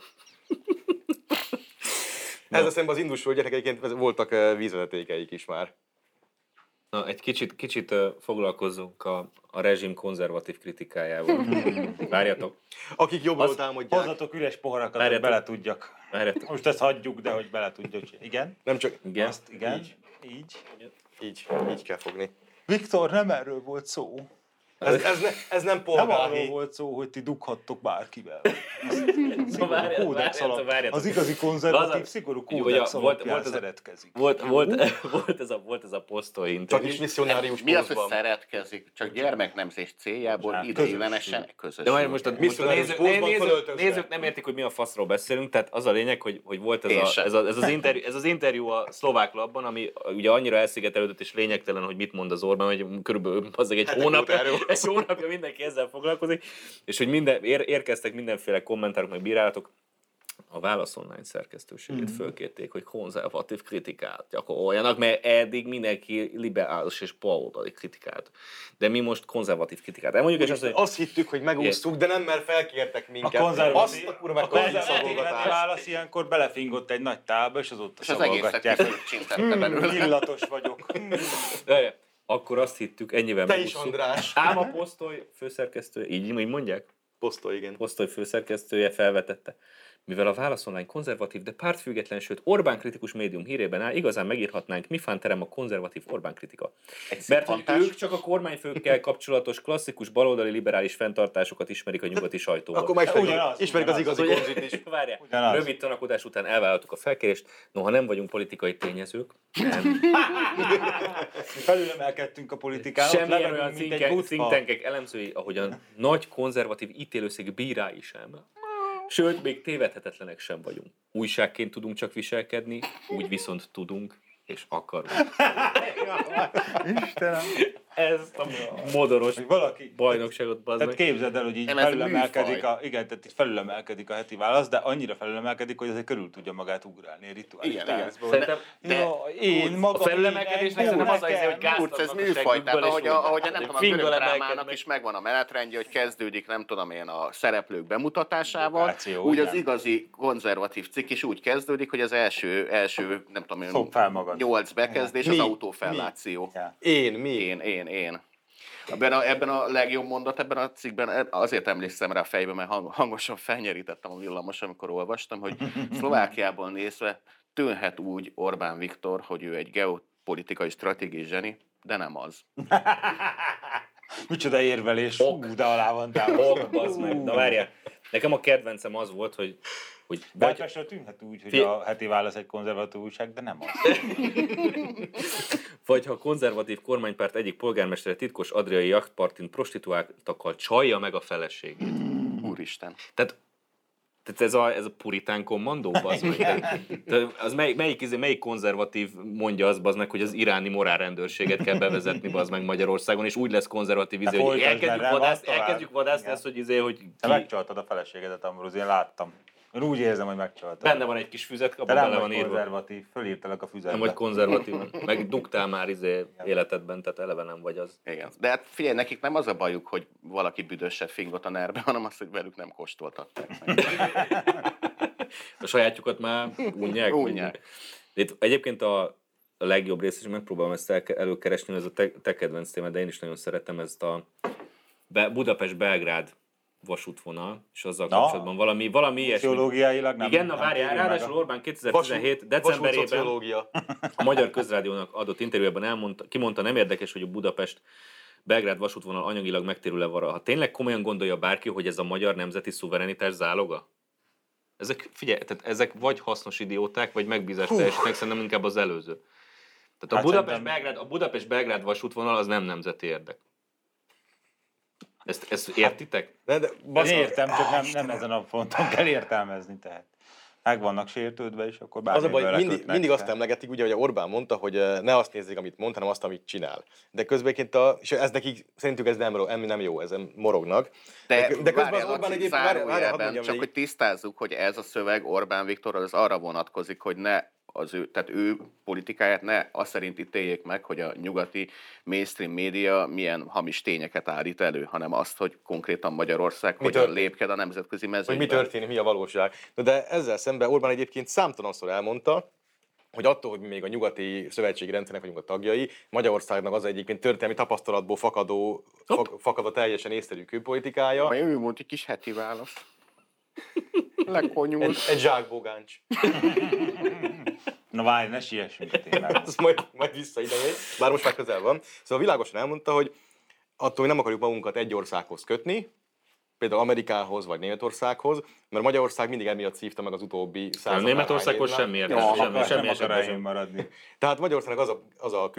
Ezzel szemben az indusvölgyeknek egyébként voltak vízvezetékeik is már. Na, egy kicsit foglalkozzunk a rezsim konzervatív kritikájával. Várjatok. Akik jobbról támadják. Hozzatok üres poharakat, hogy bele tudjak. Várjatok. Most ezt hagyjuk, de hogy bele tudjak. Igen? Nem csak Igen. Azt igen. így kell fogni. Viktor, nem erről volt szó. Ez nem Nem polgári. arról volt szó, hogy ti dughattok bárkivel. Várjatok. Az igazi konzervatív, szigorú kódex alapján szeretkezik. Volt ez a posztolj Csak interjú. is misszionárius Mi az, hogy posztban. szeretkezik? Csak gyermeknemzés céljából Hát, ideiglenesen közösség. De majd most a Misszionárius posztban fölöltözve. nézők nem értik, hogy mi a faszról beszélünk, tehát az a lényeg, hogy volt ez az interjú a szlovák labban, ami ugye annyira elszigetelődött és lényegtelen, hogy mit mond az Orbán, hogy körülbelül egy hónapja mindenki ezzel foglalkozik, és hogy érkeztek mindenféle kommentárok, meg bírálatok. A Válasz Online szerkesztőségét fölkérték, hogy konzervatív kritikát gyakoroljanak, mert eddig mindenki liberális és baloldali kritikát. De mi most konzervatív kritikát. Elmondjuk, és Azt hittük, hogy megúsztuk, de nem, mert felkértek minket. A konzervatív válasz. ilyenkor belefingott egy nagy tálba, és azóta És az egészet csintette belőle. Illatos vagyok. akkor azt hittük, ennyivel Te is, megúsztuk. András. Ám a Posztoly főszerkesztője, így mondják? Posztol, igen. Posztoly főszerkesztője felvetette. Mivel a Válasz Online konzervatív, de pártfüggetlen, sőt Orbán kritikus médium hírében áll, igazán megírhatnánk, mi fánterem a konzervatív Orbán kritika. Mert hogy ők csak a kormányfőkkel kapcsolatos klasszikus baloldali liberális fenntartásokat ismerik a nyugati sajtóban. Akkor már ismerik az igazi konzit is. Várjál, rövid tanakodás után elvállaltuk a felkérést, noha nem vagyunk politikai tényezők, nem. Felülemelkedtünk a politikának, Semmilyen olyan think tankek elemzői, ahogyan nagy konzervatív ítélőszék bírái sem. Sőt, még tévedhetetlenek sem vagyunk. Újságként tudunk csak viselkedni, úgy viszont tudunk és akarunk. Istenem. Ezt a modoros Valaki, bajnokságot bazd tehát meg. képzeld el, hogy így Nem, ez felülemelkedik műfaj. tehát itt felülemelkedik a heti válasz, de annyira felülemelkedik, hogy azért körül tudja magát ugrálni a rituális Igen, táncból. Szerintem Én magam a felülemelkedésnek szerintem az az, hogy Kurc, ez műfaj, tehát ahogy nem tudom, a görög drámának is megvan a menetrendje, hogy kezdődik, nem tudom én, a szereplők bemutatásával, Invokáció, úgy az igen. igazi konzervatív cikk is úgy kezdődik, hogy az első nem tudom Fogd én, fel magad. 8 bekezdés, Mi? az autófelláció. Ja. Én. Ebben a legjobb mondat, ebben a cikkben azért emlékszem rá a fejbe, mert hangosan felnyerítettem a villamos, amikor olvastam, hogy Szlovákiából nézve tűnhet úgy Orbán Viktor, hogy ő egy geopolitikai stratégiai zseni, de nem az. Micsoda érvelés, de alá van támasztva. Bazd meg. Na várjál, nekem a kedvencem az volt, hogy vagy, Belfestről tűnhet úgy, hogy a heti válasz egy konzervatív újság, de nem az. vagy ha a konzervatív kormánypárt egyik polgármestere titkos adriai jachtpartin prostituáltakkal csalja meg a feleségét. Úristen. Tehát ez a puritán kommandó, bazd meg. Tehát az melyik konzervatív mondja azt, bazd meg, hogy az iráni morálrendőrséget kell bevezetni, bazd meg Magyarországon, és úgy lesz konzervatív hogy elkezdjük vadászni azt, hogy Te megcsaltad a feleségedet, Ambrus, én láttam. Én úgy érzem, hogy megcsaltad. benne van egy kis füzet, Te abban nem bele van vagy írva. konzervatív, fölírtalak a füzetbe. Nem vagy konzervatív, meg dugtál már életedben, tehát eleve nem vagy az. Igen. De hát figyelj, nekik nem az a bajuk, hogy valaki büdösebb fingott a nerbe, hanem az, hogy velük nem kóstoltatták. A sajátjukat már unják. Unják. Itt egyébként a legjobb rész, és megpróbálom ezt előkeresni, ez a te kedvenc témád, de én is nagyon szeretem ezt a Budapest-Belgrád vasútvonal, és azzal kapcsolatban valami ilyesmi. Szociológiailag nem. Igen, na várjál, ráadásul Orbán 2017. decemberében a Magyar Közrádiónak adott interjújában kimondta, nem érdekes, hogy a Budapest-Belgrád vasútvonal anyagilag megtérül-e arra. Ha tényleg komolyan gondolja bárki, hogy ez a magyar nemzeti szuverenitás záloga? Tehát ezek vagy hasznos idióták, vagy megbízást teljesítenek, szerintem inkább az előző. Tehát a Budapest-Belgrád vasútvonal az nem nemzeti érdek. Ezt értitek? Én értem, csak nem ezen a ponton kell értelmezni, tehát meg vannak sértődve, és akkor Az a bármiből baj, lekötnek. mindig azt emlegetik, ugye, hogy Orbán mondta, hogy ne azt nézzék, amit mond, hanem azt, amit csinál. De közbenként, és ez nekik, szerintük ez nem jó, ezen morognak. De közben az Orbán egyébként csak hogy tisztázzuk, hogy ez a szöveg Orbán Viktorral az arra vonatkozik, hogy ne tehát ő politikáját ne azt szerint ítéljék meg, hogy a nyugati mainstream média milyen hamis tényeket állít elő, hanem azt, hogy konkrétan Magyarország hogyan lépked a nemzetközi mezőnyben. Hogy mi történik, mi a valóság. De ezzel szemben Orbán egyébként számtalanszor elmondta, hogy attól, hogy mi még a nyugati szövetségi rendszernek vagyunk a tagjai, Magyarországnak az egyébként történelmi tapasztalatból fakadó teljesen észszerű külpolitikája. Majd ő volt egy kis heti válasz. Lekonyult. Egy zsákbogáncs. Na várj, ne siessünk a témába. Azt majd vissza ide még, bár most már közel van. Szóval világosan elmondta, hogy attól, hogy nem akarjuk magunkat egy országhoz kötni, például Amerikához vagy Németországhoz, mert Magyarország mindig emiatt szívta meg az utóbbi 100 Németországhoz semmi értelme, semmi esetben maradni. Tehát Magyarországnak az a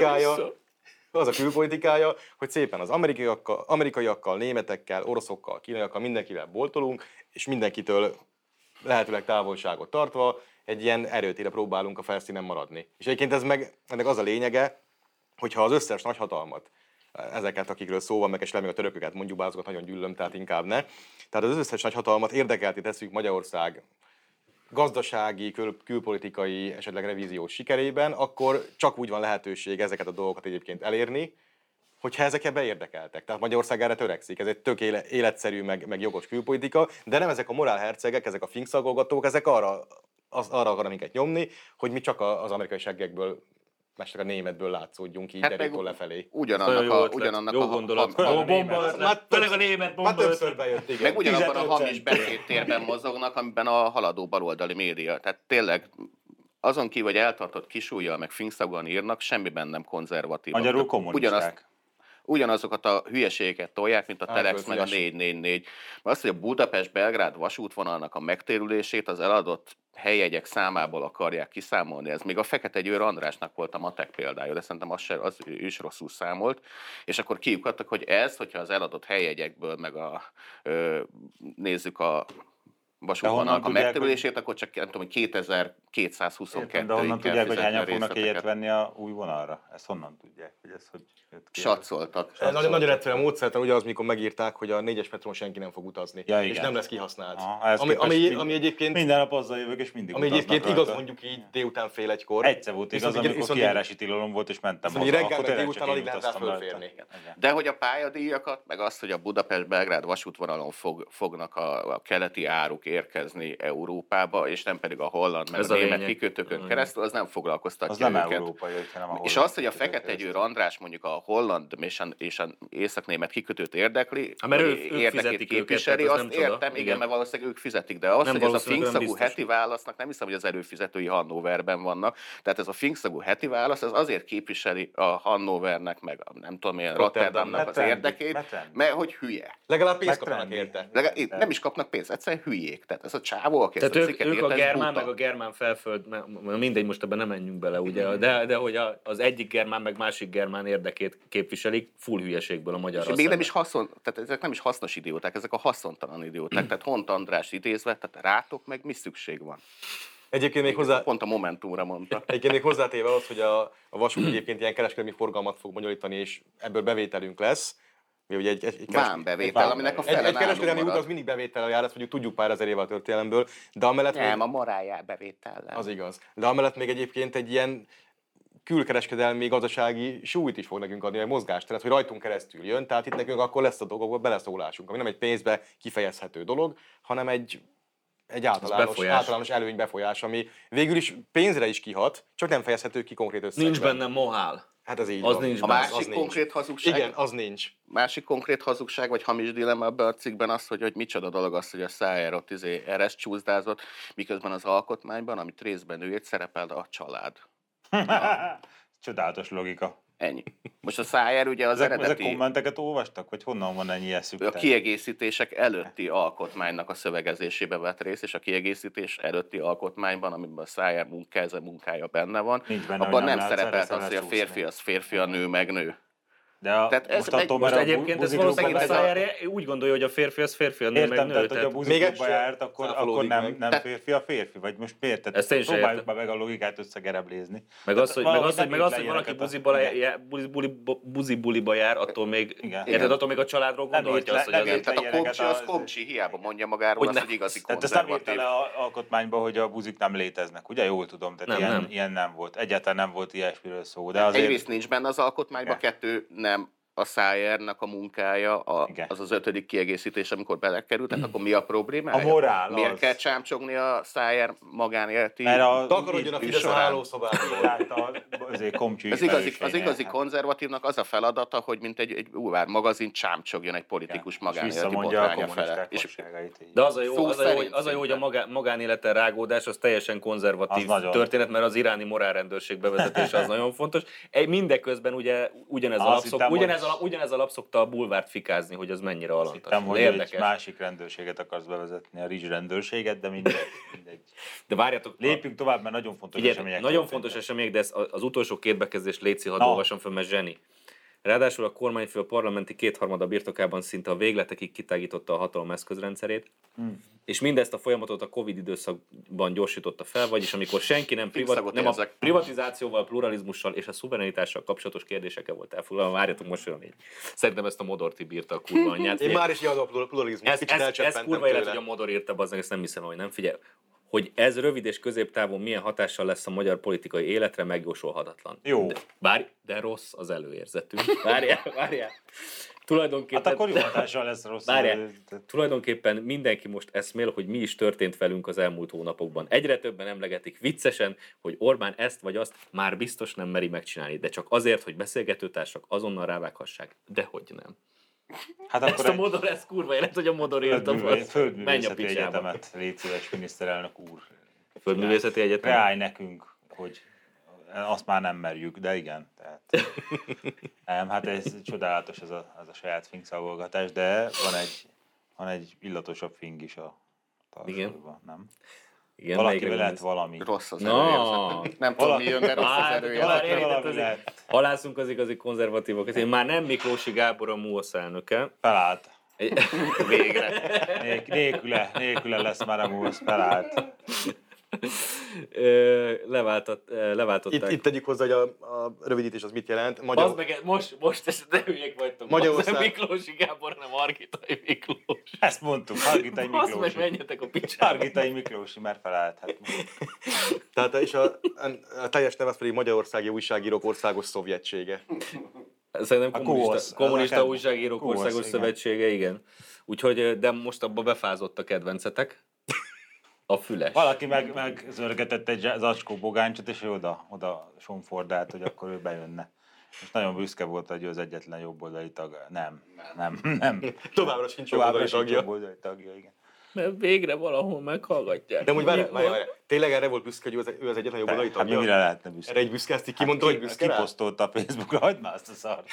külpolitikája, hogy szépen az amerikaiakkal, németekkel, oroszokkal, kínaiakkal, mindenkivel boltolunk, és mindenkitől lehetőleg távolságot tartva egy ilyen erőtére próbálunk a felszínen maradni. És egyébként ennek az a lényege, hogyha az összes nagyhatalmat, ezeket, akikről szó van, meg esetleg még a törököket mondjuk, bár azokat nagyon gyűlöm, tehát inkább ne. Tehát az összes nagyhatalmat érdekelté tesszük Magyarország gazdasági, külpolitikai, esetleg revíziós sikerében, akkor csak úgy van lehetőség ezeket a dolgokat egyébként elérni, hogyha ezek ebbe érdekeltek. Tehát Magyarország erre törekszik. Ez egy tök életszerű, meg jogos külpolitika, de nem ezek a morálhercegek, ezek a finkszagolgatók, ezek arra akarnak minket nyomni, hogy mi csak az amerikai seggekből, másik a németből látszódjunk így deréktől lefelé. Ugyanannak jó gondolat. Jó bomba, főleg a német bomba. Már többször bejött, igen. Meg ugyanabban a hamis beszédtérben mozognak, amiben a haladó baloldali média. Tehát tényleg azon kívül, hogy eltartott kisújjal, meg finkszagúan írnak, semmiben nem konzervatív. Magyarul kommunisták. Ugyanazokat a hülyeségeket tolják, mint a Telex meg a 444. Mert azt, hogy a Budapest-Belgrád vasútvonalnak a megtérülését az eladott helyjegyek számából akarják kiszámolni. Ez még a Fekete Győr Andrásnak volt a matek példája, de szerintem az is rosszul számolt. És akkor kiukadtak, hogy hogyha az eladott helyjegyekből meg nézzük a vasútvonalnak a megterülését, akkor csak nem tudom, hogy 2222. De honnan tudják, hogy hányan fognak jegyet venni a új vonalra? Ezt honnan tudják? Hogy satszoltak. Nagyon egyszerűen módszertan ugyanaz, mikor megírták, hogy a 4-es metrón senki nem fog utazni, és nem lesz kihasznált. Ami egyébként minden nap azzal jövök, és mindig ami egyébként igaz, mondjuk így délután fél egykor. Egyszer volt igaz, amikor kijárási tilalom volt, és mentem haza. Reggel meg délután alig lehet rá fölférni. De hogy a pályadíjakat, meg azt, hogy a Budapest-Belgrád vasútvonalon fognak a keleti áruk érkezni Európába, és nem pedig a holland, meg a német kikötőkön keresztül, az nem foglalkoztatja őket. Az nem európai, hanem a holland. És azt, hogy a Fekete Győr András mondjuk a holland és a észak-német kikötőt érdekli, érdekét képviseli, azt értem, igen, mert valószínűleg ők fizetik, de az, hogy ez a finkszagú heti válasznak, nem hiszem, hogy az előfizetői Hannoverben vannak, tehát ez a finkszagú heti válasz, ez azért képviseli a Hannovernek, meg nem tudom én, Rotterdamnak az érdekét, mert hogy hülye. Legalább pénzt kapnak érte. Nem is kapnak pénzt, egyszerűen hülyék. Tehát ez a csávó, aki ezt a cikket ők a germán, meg a germán felföld, mindegy, most ebben nem menjünk bele, ugye, de hogy az egyik germán, meg másik germán érdekét képviselik, full hülyeségből a magyar még nem is tehát ezek nem is hasznos idióták, ezek a haszontalan idióták. Tehát Hont András idézve, tehát rátok meg mi szükség van. Egyébként még pont a Momentumra mondta. Egyébként még hozzátéve az, hogy a vasút egyébként ilyen kereskedelmi forgalmat fog bonyolítani, és ebből bevételünk lesz. Egy vámbevétel, aminek a fele egy kereskedelmi út az mindig bevétellel jár, ezt tudjuk pár ezer évvel a történelemből, de amellett nem, a morál jár bevétellel. Az igaz. De amellett még egyébként egy ilyen külkereskedelmi gazdasági súlyt is fog nekünk adni, egy mozgásteret, hogy rajtunk keresztül jön, tehát itt nekünk akkor lesz a dolgokban beleszólásunk, ami nem egy pénzbe kifejezhető dolog, hanem egy általános előnybefolyás, ami végül is pénzre is kihat, csak nem fejezhető ki konkrét összegben. Nincs benne mohál. Hát ez így az van. Nincs a másik konkrét hazugság. Igen, az nincs. Másik konkrét hazugság, vagy hamis dilemma ebben a cikkben az, hogy micsoda dolog az, hogy a Szájer ott eres csúszdázott, miközben az alkotmányban, amit részben ő írt, szerepel a család. Csodálatos logika. Ennyi. Most a Szájer ugye az eredeti... Ezek kommenteket olvastak, vagy honnan van ennyi eszük? A kiegészítések előtti alkotmánynak a szövegezésébe vett részt, és a kiegészítés előtti alkotmányban, amiben a Szájer munkája benne van, benne, abban nem szerepelt az, hogy a férfi az férfi, a nő meg nő. Tehát ez most egyébként ez valószínűleg a Szájer úgy gondolja, hogy a férfi az férfi, a nő meg nő. Tehát, hogy a buziklubba járt, akkor nem férfi a férfi, vagy most miért? Tehát próbáljuk meg a logikát összegereblézni. Meg az, hogy valaki buzibuliba jár, attól még a családról gondolhatja azt, hogy azért. Tehát a komcsi az komcsi, hiába mondja magáról azt, hogy igazi konzervatív. Tehát ezt nem írta le alkotmányba, hogy a buzik nem léteznek, ugye? Jól tudom, tehát ilyen nem volt. Egyáltalán nem volt ilyesmiről szó. Egyrészt nincs benne az alkotmányban, kettő nem a Szájernak a munkája, az 5. kiegészítés, amikor belekerült, tehát akkor mi a problémája? A morál. Miért kell csámcsogni a Szájer magánéleti? Takarodjon a Fidesz a hálószobából. Az igazi konzervatívnak az a feladata, hogy mint egy bulvár magazin csámcsogjon egy politikus magánéleti botránya fele. De az a jó, hogy a magánéleten rágódás az teljesen konzervatív történet, mert az iráni morálrendőrség bevezetése az nagyon fontos. Mindeközben ugye ugyanez a lap szokta a bulvárt fikázni, hogy az mennyire alantas. Nem, hogy egy másik rendőrséget akarsz bevezetni, a rizs rendőrséget, de mindegy. De várjatok, lépjünk tovább, mert nagyon fontos események. Nagyon fontos események, de az utolsó két bekezdést létszi, hadd olvasom fel, mert zseni. Ráadásul a kormányfő a parlamenti kétharmada birtokában szinte a végletekig kitágította a hatalom eszközrendszerét, és mindezt a folyamatot a Covid időszakban gyorsította fel, vagyis amikor senki nem a privatizációval, pluralizmussal és a szuverenitással kapcsolatos kérdésekkel volt elfoglalva. Várjatok, most olyan így. Szerintem ezt a Modor Tibi írta a kurva anyját. Én már is jadom a pluralizmus, kicsit elcseppentem ez kurva élet, hogy a Modor írta, bazdmeg, ezt nem hiszem, hogy nem. Figyelj, hogy ez rövid és középtávon milyen hatással lesz a magyar politikai életre, megjósolhatatlan. Jó. De rossz az előérzetünk. Várjál. Tulajdonképpen, hát akkor jó hatással lesz rossz. Tulajdonképpen mindenki most eszmél, hogy mi is történt velünk az elmúlt hónapokban. Egyre többen emlegetik viccesen, hogy Orbán ezt vagy azt már biztos nem meri megcsinálni, de csak azért, hogy beszélgetőtársak azonnal rávághassák. Dehogy nem. Hát akkor a Modor, ez kurva élet, hogy a Modor írta. Földművészeti egyetemet, légy szíves, miniszterelnök úr. Földművészeti egyetem? Reállj nekünk, hogy azt már nem merjük, de igen. Tehát, nem, hát ez csodálatos ez a saját fingszagolgatás, de van egy illatosabb fing is a tartalomban, nem? Igen, valakivel lehet valami. Rossz az előérzet. Nem tudom mi jön, de rossz az előérzet. Halászunk az igazi konzervatívokat. Én már nem Miklósi Gábor a MUOSZ elnöke. Felállt. Végre. Nélküle lesz már a MUOSZ, felállt. Leváltották. Itt tegyük hozzá, hogy a rövidítés az mit jelent. Most ezt ne hülyék vagytok. Nem Miklósi Gábor, hanem Hargitai Miklós. Ezt mondtuk, Hargitai Miklósi. Azt meg menjetek a picsába. Hargitai Miklósi, mert felállt. Hát. Tehát és a teljes neve pedig Magyarországi Újságírók Országos Szovjetsége. Szerintem kommunista újságírók országos szövetsége, igen. Úgyhogy, de most abba befázott a kedvencetek. A Füles. Valaki meg zörgetett egy zacskó bogáncsot, és ő oda sonfordált, hogy akkor ő bejönne. És nagyon büszke volt, hogy ő az egyetlen jobboldali tag. Nem. Továbbra sincs jobboldali tagja, igen. Mert végre valahol meghallgatják. De úgy várj, tényleg erre volt büszke, hogy ő az egyetlen jobboldali tagja? Hát mire lehetne büszke? Erre egy büszke, ezt kimondta, hogy büszke rá? Kiposztolta a Facebookra, hagyd már azt a szart.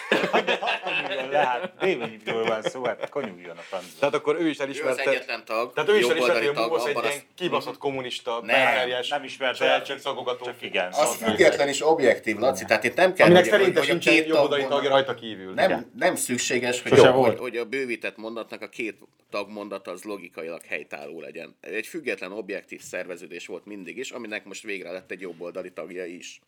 Hát réményiből van szó, hát konyuljon a francba. Tehát akkor ő is elismerte. Ő az egyetlen tag. Tehát ő is elismerte, hogy a MUOSZ egy ilyen kibaszott kommunista, belterjes, nem ismerte el, csak igen. Az független és objektív, Laci, tehát itt nem kell, aminek szerintem sincs egy jobboldali tagja rajta kívül. Nem szükséges, hogy a bővített mondatnak a két tagmondata az logikailag helytálló legyen. Egy független, objektív szerveződés volt mindig is, aminek most végre lett egy jobboldali tagja is.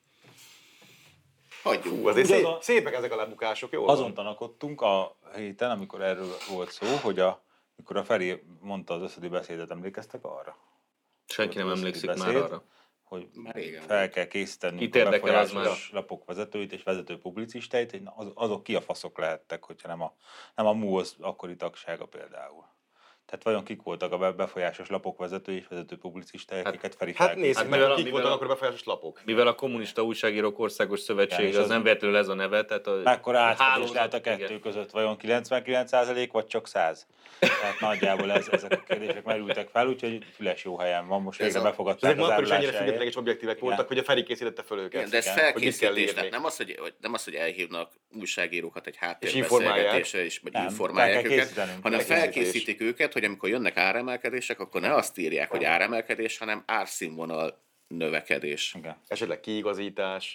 Hagyjuk. Azért szépek ezek a lebukások, jó? Azon tanakodtunk a héten, amikor erről volt szó, hogy amikor a Feri mondta az összödi beszédet, emlékeztek arra? Senki nem emlékszik már arra. Hogy fel kell készíteni a befolyásos lapok vezetőit és vezető publicistáit, hogy azok ki a faszok lehettek, hogyha nem a MUOSZ akkori tagsága például. Tehát vajon kik voltak a befolyásos lapok vezetői és vezető publicisták, akiket Feri Hát nézzük meg, kik voltak akkor befolyásos lapok. Mivel a Kommunista Újságírók Országos Szövetsége az nem véletlenül ez a neve, tehát mekkora átfedés lehet a kettő között? Vajon 99% vagy csak 100? Tehát nagyjából ezek a kérdések merültek fel, úgyhogy Füles jó helyen van, most végre befogadták az akkor is ennyire függetlenek és objektívek voltak, hogy a Feri készítette föl őket. De ez felkészítés, tehát nem az, hogy elhívnak újságírókat egy háttérbeszélgetésre és informálják őket, hanem felkészítik őket, hogy amikor jönnek áremelkedések, akkor ne azt írják, hogy áremelkedés, hanem árszínvonal növekedés. Esetleg kiigazítás.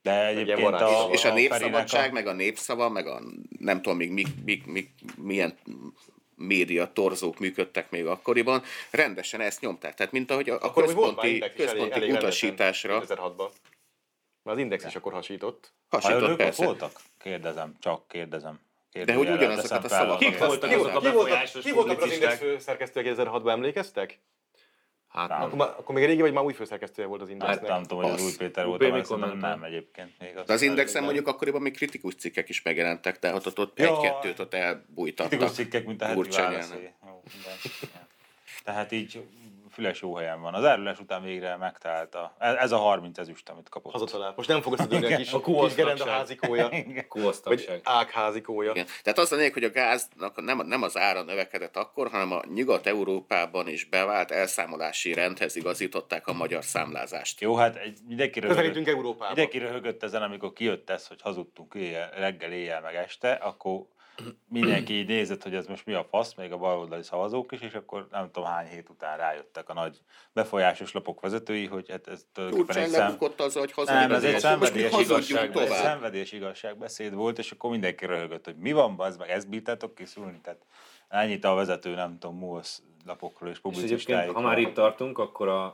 De egyébként és a Ferinek Népszabadság, meg a Népszava, meg a nem tudom még milyen média torzók működtek még akkoriban, rendesen ezt nyomták. Tehát mint ahogy a központi utasításra. 2006-ban. Mert az Index is akkor hasított. Hasított, persze. voltak? Kérdezem. De hogy ugyanazokat a szavakat. Kik voltak azok a befolyásos Ki voltak az publicisták? Index főszerkesztője 2006-ban, emlékeztek? Hát Nem. Akkor még régi, vagy már új főszerkesztője volt az Hát Indexnek? nem tudom, hogy az Az. Új Péter volt, Új mert Péter nem egyébként. Még De az Indexen mondjuk akkoriban még kritikus cikkek is megjelentek, tehát ott egy-kettőt ott elbújtattak. kritikus cikkek, mint a heti Gurcsányán. válaszé. Jó, minden. Tehát így Füles jó helyen van. Az árulás után végre megtalálta. Ez a 30 ezüst, amit kapott. Hazatalál. Most nem fog összedőlni a kis kuosztagság. gerenda házikója, vagy Kuosztagság. ágházikója. Igen. Tehát az a lényeg, hogy a gáznak nem az ára növekedett akkor, hanem a Nyugat-Európában is bevált elszámolási rendhez igazították a magyar számlázást. Jó, hát Közelítünk Európába. mindenki röhögött ezen, amikor kijött ez, hogy hazudtunk reggel, éjjel, meg este, akkor mindenki így nézett, hogy ez most mi a fasz, még a baloldali szavazók is, és akkor nem tudom hány hét után rájöttek a nagy befolyásos lapok vezetői, hogy hát ez tulajdonképpen Gurcsány lebukott azzal, hogy nem, ez hazudik. egy Most mi hazudjunk tovább. szenvedés igazságbeszéd volt, és akkor mindenki röhögött, hogy mi van, bazd meg, ezt bírtátok kiszúrni, tehát ennyit a vezető, nem tudom, MUOSZ lapokról és És egyébként, publicistáikról. ha már itt tartunk, akkor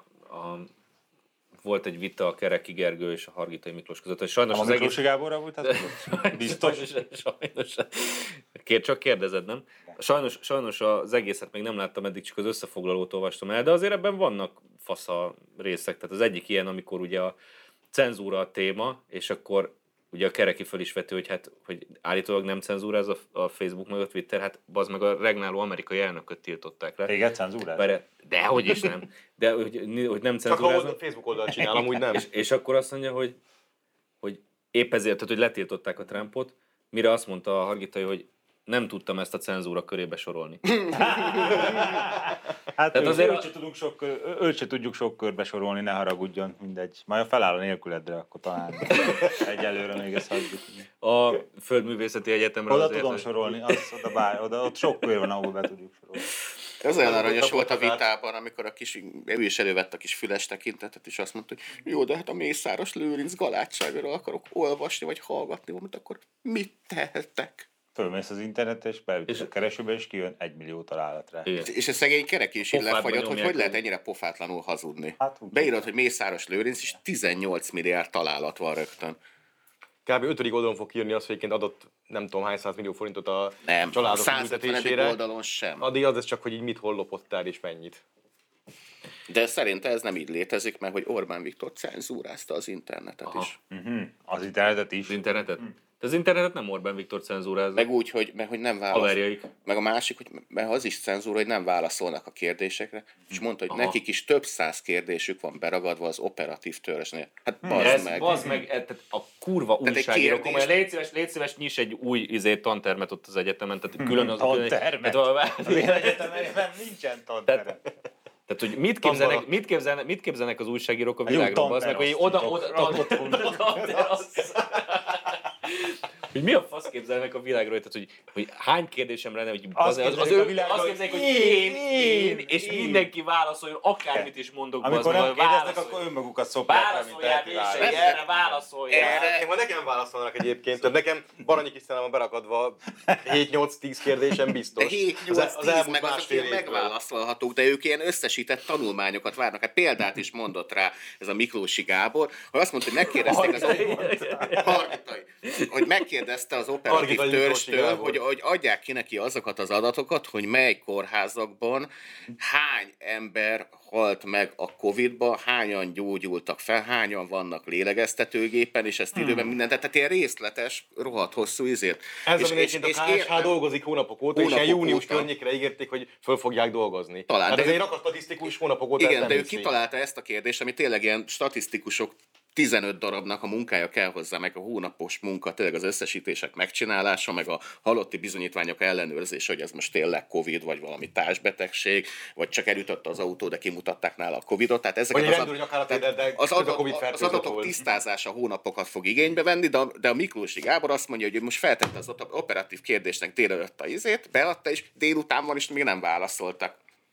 volt egy vita a Kereki Gergő és a Hargitai Miklós között, hogy sajnos A az egész... Miklósi Gáborra volt, ez biztos. Sajnos. Csak kérdezed, nem? Sajnos az egészet még nem láttam, eddig csak az összefoglalót olvastam el, de azért ebben vannak fasza részek. Tehát az egyik ilyen, amikor ugye a cenzúra a téma, és akkor ugye a Kereki föl is vető, hogy állítólag nem cenzúráz a Facebook meg a Twitter, hát bazd meg a regnáló amerikai elnököt tiltották le. Téged cenzúráz? Dehogy is nem. De hogy nem Csak ha cenzúráznak. a Facebook oldalt csinál, amúgy nem. És akkor azt mondja, hogy épp ezért, tehát, hogy letiltották a Trumpot, mire azt mondta a Hargitai, hogy nem tudtam ezt a cenzúra körébe sorolni. Hát Tehát azért őt se tudjuk sok körbe sorolni, ne haragudjon, mindegy. Majd feláll a nélküledre, akkor talán egyelőre még ezt hagyjuk. A Földművészeti Egyetemre Oda azért, tudom hogy- sorolni, ott sok kör van, ahol be tudjuk sorolni. Ez olyan aranyos Nem volt a volt az vitában, amikor ő is elővette a kis füles tekintetet, és azt mondta, hogy jó, de hát a Mészáros Lőrinc galátságáról akarok olvasni, vagy hallgatni, valamit, akkor mit tehetek? Fölmész az internetre, és beütsz a keresőbe, és kijön 1 millió találat rá. Igen. És a szegény Kereki is így Pofádba lefagyott, hogy nyomják hogy lehet őt. ennyire pofátlanul hazudni. Hát, úgy Beírod, hogy Mészáros Lőrinc, és 18 milliárd találat van rögtön. Kb. 5. oldalon fog írni azt, hogy egyébként adott nem tudom hány 100 millió forintot a Nem, a családok 150. büntetésére. oldalon sem. Addig az csak, hogy így mit hol lopottál és mennyit. De szerinte ez nem így létezik, mert hogy Orbán Viktor cenzúrázta az internetet Aha. is. Az internetet is. Az internetet? De az internetet nem Orbán Viktor cenzúrázza. Meg úgy, hogy nem válaszol. Haverjaik. Meg a másik, hogy mert az is cenzúra, hogy nem válaszolnak a kérdésekre, és mondta, hogy Aha. nekik is több száz kérdésük van beragadva az operatív törzsnél. Hát Bazd meg, tehát a kurva egy újságírók, kérdés. komolyan, légy szíves, nyiss egy új tantermet ott az egyetemen, tehát külön az... Tantermet? Tehát, Az én egyetemen nincsen tanterem. Tehát, hogy mit képzelnek az újságírók a Jó világról, bazd meg, hogy hogy mi a fasz képzelnek a világról, tehát hogy hány kérdésem lenne, hogy Azt képzelik a világról, azt képzelik, hogy én, és mindenki válaszoljon, akármit is mondok, Amikor bazd nem meg, kérdeznek, akkor önmagukat szopják rá, mint válaszoljál, elkivált. és erre válaszoljál. Én majd nekem válaszolnak egyébként, tehát nekem Baranyi Krisztián van berakadva 7-8-10 kérdésem biztos. De 7-8-10 meg azok ilyen megválaszolhatók, de ők ilyen összesített tanulmányokat várnak. Hát példát is mondott rá ez a Miklósi Gábor, hogy azt mondta, hogy megkérdezték hogy megkérdezte az operatív Hargitai törzstől, Miklósi Gábor. hogy adják ki neki azokat az adatokat, hogy mely kórházakban hány ember halt meg a Covid-ba, hányan gyógyultak fel, hányan vannak lélegeztetőgépen, és ezt időben mindent, tehát ilyen részletes, rohadt hosszú izért. Ez az, egyébként a KSH értem- dolgozik hónapok óta, és Hónapok ilyen június óta. környékre ígérték, hogy föl fogják dolgozni. Talán, Hát de ez ő- egy rakasztatisztikus hónapok óta. Igen, ezt de nem ő hiszi. kitalálta ezt a kérdést, ami tényleg ilyen statisztikusok 15 darabnak a munkája kell hozzá, meg a hónapos munka, tényleg az összesítések megcsinálása, meg a halotti bizonyítványok ellenőrzése, hogy ez most tényleg Covid, vagy valami társbetegség, vagy csak elütötte az autó, de kimutatták nála a Covidot. Tehát ezeket Vagy egy az, rendőri nyakárat, tehát de az, közben Covid az fertőzött adatok volt. tisztázása hónapokat fog igénybe venni, de a Miklósi Gábor azt mondja, hogy most feltette az operatív kérdésnek délelőtt a izét, beadta, és délután van, és még nem válaszoltak.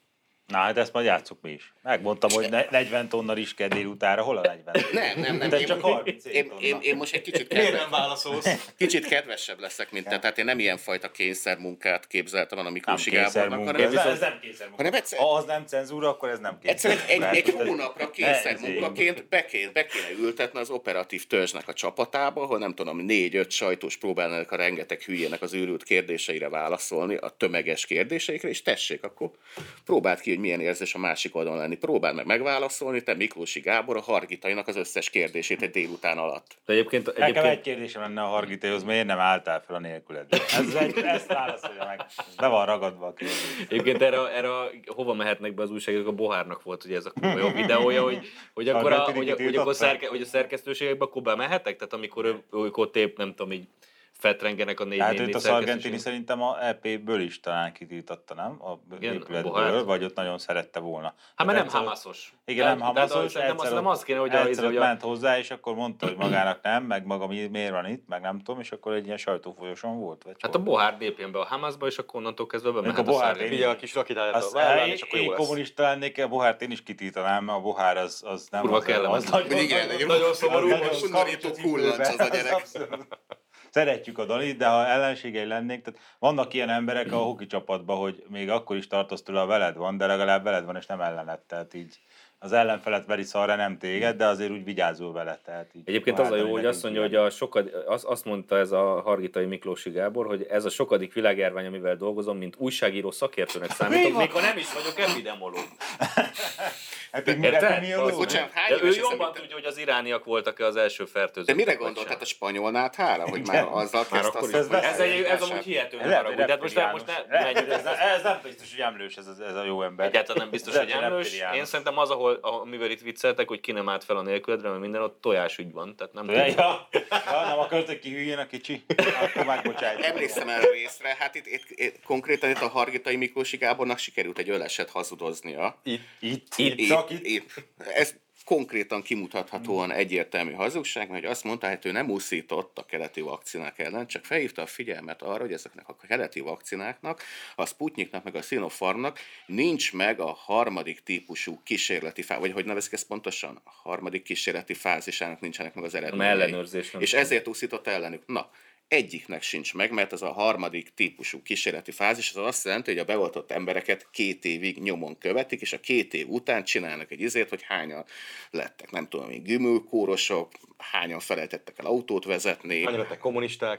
Na, hát ezt majd játsszuk mi is. Megmondtam, hogy 40 tonna rizs kell délutára. Hol a 40? Nem. Te csak 30 Én most egy kicsit kedvesebb leszek, mint te. Tehát én nem ilyen fajta kényszermunkát képzeltem a Miklósi Gábornak, hanem ez nem kényszermunka. Ha az nem cenzúra, akkor ez nem kényszermunka. Egyszerűen egy hónapra kényszermunkaként be kéne ültetni az operatív törzsnek a csapatába, ahol nem tudom, 4-5 sajtós próbálnak a rengeteg hülyének az őrült kérdéseire válaszolni, a tömeges kérdéseikre, és tessék, akkor próbáld ki, hogy milyen érzés a másik oldalon lenni. Próbáld meg megválaszolni, te Miklósi Gábor a Hargitainak az összes kérdését egy délután alatt. De egyébként... Nekem egy kérdésem lenne a Hargitaihoz, miért nem álltál fel a nélküledbe? Ezt válaszolja meg. Be van ragadva a kérdés. Egyébként erre hova mehetnek be az újságírók? A Bohárnak volt ugye ez a jó videója, hogy akkor a szerkesztőségekbe akkor bemehetek? Tehát amikor ők ott épp nem tudom így fetrengenek a 4-4-4 hát őt a Sargentini szerintem a EP-ből is talán kitiltatta, nem? A épületből, vagy ott nagyon szerette volna. Hát mert nem Hamaszos. Igen, nem Hamaszos. Nem az kéne, hogy egyszer ment hozzá, és akkor mondta, hogy magának nem, meg maga miért van itt, meg nem tudom, és akkor egy ilyen sajtófolyoson volt. Vagy hát a Bohár lépjen be a Hamaszba, és akkor onnantól kezdve bemehet a Bohár. Figyelj, a kis rakitáját a vállán, és akkor jó lesz. Én kommunista lennék, a Bohárt én is kitiltanám, mert a Bohár az nem kurva kellemes. Nagyon szomorú, most undorító kullancs az a gyerek. Szeretjük a Danit, de ha ellenségei lennénk, tehát vannak ilyen emberek a hoki csapatban, hogy még akkor is tartoz tőle, ha veled van, de legalább veled van, és nem ellened, tehát így az ellenfelet veri szarra, nem téged, de azért úgy vigyázol vele. Tehát így egyébként az a jó, hogy azt mondja, hogy azt mondta ez a Hargitai Miklósi Gábor, hogy ez a sokadik világjárvány, amivel dolgozom, mint újságíró szakértőnek számítok, még ha nem is vagyok epidemiológus. Ő jobban tudja, hogy az irániak voltak-e az első fertőzők. De mire gondolt? Tehát a spanyolnál hála, hogy már azzal kezdte? Ez amúgy hihetően haragudj. De most ne menjünk. Ez nem biztos, hogy emlős ez a jó ember. Egyáltalán nem biztos, hogy emlős. Én szerintem az, amivel itt vicceltek, hogy ki nem állt fel a nélküledre, mert minden ott tojásügy van. Tehát nem tudom. Nem akartok ki hülyén a kicsi? Akkor megbocsájtok. Emlékszem erre részre. Hát itt konkrétan a Hargitai Miklósi Gábornak sikerült egy öleset hazudoznia. Itt. Ez konkrétan kimutathatóan egyértelmű hazugság, mert azt mondta, hogy ő nem úszított a keleti vakcinák ellen, csak felhívta a figyelmet arra, hogy ezeknek a keleti vakcináknak, a Sputniknak meg a Sinopharmnak nincs meg a harmadik típusú kísérleti fázis, vagy hogy nevezik ezt pontosan? A harmadik kísérleti fázisának nincsenek meg az eredményei. És ezért úszított ellenük. Na, egyiknek sincs meg, mert ez a harmadik típusú kísérleti fázis, az azt jelenti, hogy a beoltott embereket 2 évig nyomon követik, és a 2 év után csinálnak egy izét, hogy hányan lettek, nem tudom én, gümülkórosok, hányan felejtettek el autót vezetni, hányan lettek kommunisták,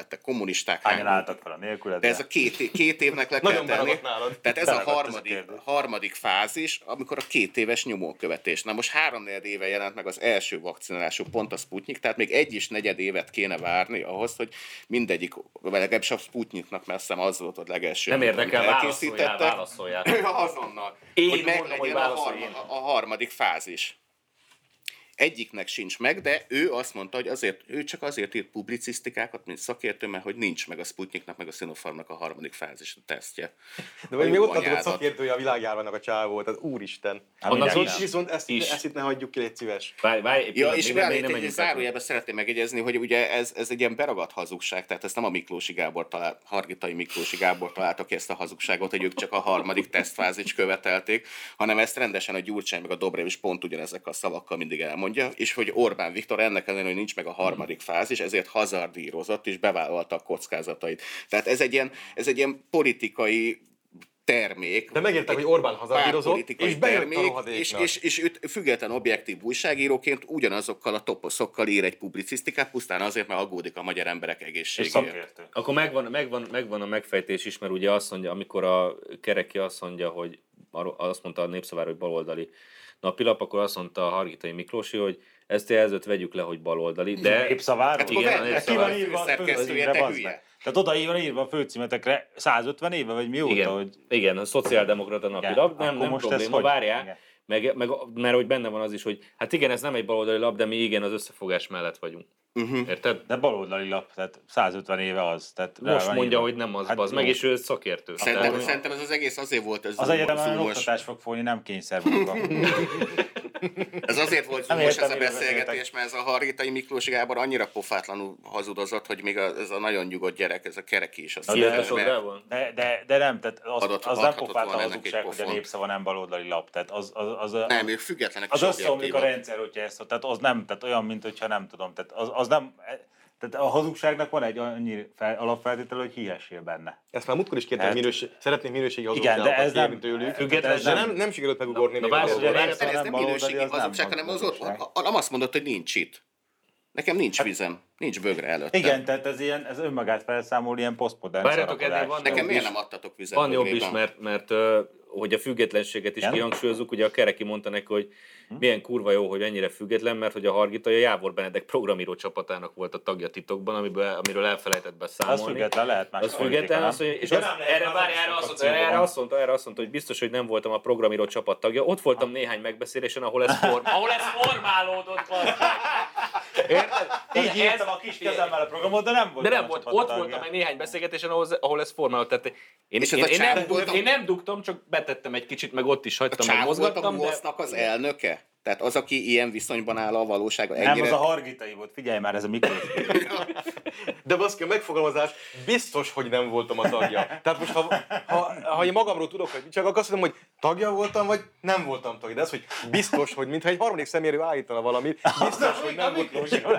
hányan álltak fel a nélküledre. De ez a 2 évnek le kell tenni. Tehát ez a harmadik fázis, amikor a 2 éves nyomókövetés. Na most 3-4 éve jelent meg az első vakcinálású pont a Sputnik, tehát még 1,4 évet kéne várni ahhoz, hogy mindegyik, legalábbis a Sputniknak messze az volt a legelső. Nem érdekel, válaszoljál. Azonnal. Hogy meglegyen a harmadik fázis. Egyiknek sincs meg, de ő azt mondta, hogy ő csak azért írt publicisztikákat, mint szakértő, mert hogy nincs meg a Sputniknak, meg a Sinopharmnak a harmadik fázis tesztje. De vagy még ott adott szakértője a világjárványnak a csávó, tehát úristen. Viszont ezt itt ne hagyjuk ki, légy szíves. És egy zárójelben szeretném megjegyezni, hogy ugye ez egy ilyen beragadt hazugság, tehát ezt nem a Miklósi Gábor Hargitai Miklósi Gábor találta ki ezt a hazugságot, hogy ők csak a harmadik tesztfázist követelték, hanem ezt rendesen a Gyurcsány meg a Dobrev is pont ugyanezekkel a szavakkal mindig elmondja, és hogy Orbán Viktor ennek ellenére, hogy nincs meg a harmadik fázis, ezért hazardírozott és bevállalta a kockázatait. Tehát ez egy ilyen politikai termék. De megértek, hogy Orbán hazardírozott, és bejött a rohadéknak. És őt független objektív újságíróként ugyanazokkal a toposzokkal ír egy publicisztikát, pusztán azért, mert aggódik a magyar emberek egészségéért. Akkor megvan a megfejtés is, mert ugye azt mondja, amikor a Kereki azt mondja, hogy azt mondta a Népszavára, hogy baloldali napilap, akkor azt mondta a Hargitai Miklósi, hogy ezt a jelzőt vegyük le, hogy baloldali, de... Népszavára? Igen, ki van írva a főcímre, tehát oda van írva a főcímetekre 150 éve, vagy mióta? Hogy... Igen, a szociáldemokrata napilap, nem probléma, várjál. Mert hogy benne van az is, hogy hát igen, ez nem egy baloldali lap, de mi igen az összefogás mellett vagyunk. Érted? De baloldali lap, tehát 150 éve az. Tehát most mondja, hogy nem az, bazd meg, és ő szakértő. Szerintem ez az egész azért volt ez. Az egyetemen oktatás fog folyni, nem kényszermunka. Ez azért volt Nem most értem, ez a mire beszélgetés, beszéltek. mert ez a Hargitai Miklós Gábor annyira pofátlanul hazudozott, hogy még ez a nagyon nyugodt gyerek, ez a Kereki is azt Ilyen a mondta, mert Sodrával? De nem, tehát az Adhatott nem volna pofátlan ennek hazugság, egy hogy a pofont. Népszava nem baloldali lap. Tehát nem, ők függetlenek az és összeomlik a objektívak. rendszer, hogyha ezt, tehát az nem, tehát olyan, mint hogyha nem tudom, tehát az nem, tehát a hazugságnak van egy annyi alapfeltétel, hogy hihessél benne. Ezt már múltkor is kértem, szeretnék minőségi Igen, de ez nem, tőlük. Független- De nem sikerült megugorni még várj, az ugye oldalra. Népszava Ez nem nem minőségi baloldali, az nem hazugság, hanem az ott, hazugság. nem azt mondod, hogy nincs itt. Nekem nincs vizem, nincs bögre előttem. Igen, tehát ez önmagát felszámol ilyen posztmodern Várjatok, szarakodás. ennél van Nekem miért is. nem adtatok vizet Van jobb is, bögrében? mert hogy a függetlenséget is Igen? kihangsúlyozzuk, ugye a Kereki mondta neki, hogy milyen kurva jó, hogy ennyire független, mert hogy a Hargitai a Jávor Benedek programíró csapatának volt a tagja titokban, amiről elfelejtett Az beszámolni. független lehet más. Az független, azt mondja, és De az, nem lehet erre, várj, erre azt mondta, hogy biztos, hogy nem voltam a programíró csapat tagja. Ott voltam néhány megbeszélésen, ahol ez formálódott. Érted? Így írtam a kis kezemmel a programot, de nem volt. De nem volt, ott voltam egy néhány beszélgetésen, ahol ez formálódott. Tehát És ez a csávó volt én nem dugtam, csak betettem egy kicsit, meg ott is A hagytam, meg csávó volt a mozgattam, de... MUOSZ-nak az elnöke? Tehát az, aki ilyen viszonyban áll a valósággal. Nem, az a Hargitai volt. Figyelj már, ez a Miklós. De baszki, a megfogalmazás biztos, hogy nem voltam a tagja. Tehát most, ha én magamról tudok, hogy csak akkor azt mondom, hogy tagja voltam, vagy nem voltam tagja. De ez, hogy biztos, hogy mintha egy harmadik személyről állítana valamit, biztos, hogy nem voltam.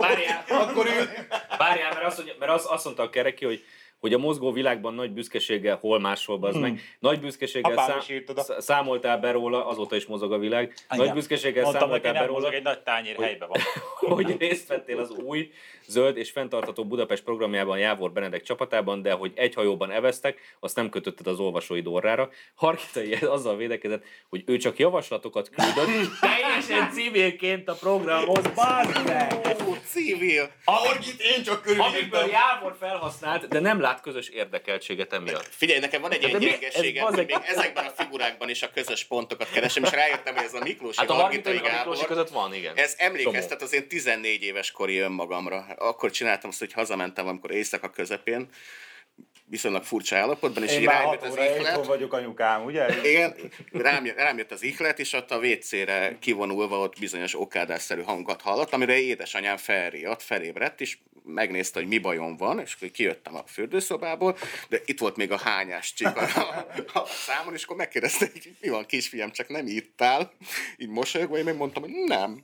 Várjál, mert azt mondta a Kereki, hogy a mozgó világban nagy büszkeséggel, hol máshol bazd meg, nagy büszkeséggel Apám is írt oda. számoltál be róla, azóta is mozog a világ, nagy büszkeséggel Mondtam neki, számoltál be nem róla, mozog, egy nagy tányér helyben van. hogy részt vettél az új, zöld és fenntartható Budapest programjában Jávor Benedek csapatában, de hogy egy hajóban eveztek, azt nem kötötted az olvasóid orrára. Hargitai azzal védekezett, hogy ő csak javaslatokat küldött, teljesen civilként a programhoz, bazd meg! Ó, civil! Hargit én csak Amikből Jávor felhasznált, de nem lát közös érdekeltséget emiatt. Figyelj, nekem van egy ilyen De mi- gyengeségem, ez hogy bazeg- még ezekben a figurákban is a közös pontokat keresem, és rájöttem, hogy ez a Miklósi Hát a Hargitai Hargitai a Miklósi Gábor, között van, igen. ez emlékeztet az én 14 éves kori önmagamra. Akkor csináltam azt, hogy hazamentem, amikor éjszaka közepén, viszonylag furcsa állapotban, és Én így már rám 6 jött az óra itthon ihlet. vagyok, anyukám, ugye? Igen, rám jött az ihlet, és ott a WC-re kivonulva ott bizonyos okádásszerű hangot hallott, amire édesanyám felriadt, felébredt, és megnézte, hogy mi bajom van, és akkor kijöttem a fürdőszobából, de itt volt még a hányás csík a számon, és akkor megkérdezte, hogy mi van, kisfiam, csak nem ittál? Így mosolyogva, én megmondtam, hogy nem.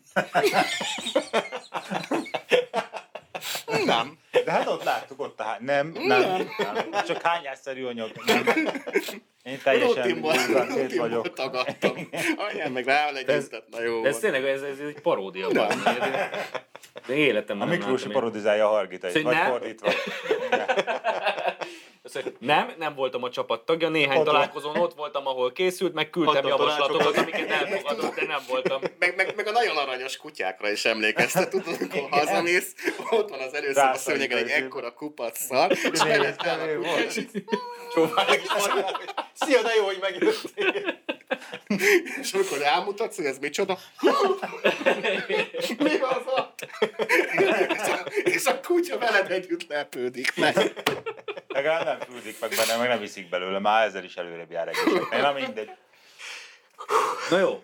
Nem. De hát ott láttuk, ott nem. Csak hányásszerű anyag. Nem. Én teljesen Rutinból vagyok. tagadtam. Anyám meg rálegyeztet, na jó. De ez tényleg, ez egy paródia. De életemben A nem Miklósi láttam parodizálja a Hargitait, Szóval vagy nem? fordítva. Nem voltam a csapat tagja, néhány Ott találkozón ott voltam, ahol készült, meg küldtem Adtam javaslatokat, tanácsokat. amiket elfogadott, de nem voltam. Meg a nagyon aranyos kutyákra is emlékeztet, tudod, amikor hazamész, ott van az először a szőnyegen egy ekkora kupac szar, és veled áll a kutya, és így Csóválják is mondják, hogy szia, de jó, hogy megjöttél. és amikor rámutatsz, hogy ez micsoda, mi az ott? És a kutya veled együtt lepődik meg. Legalább nem fürdik meg benne, meg nem viszik belőle, már ezzel is előrébb jár egészségnek. Na mindegy. Na jó.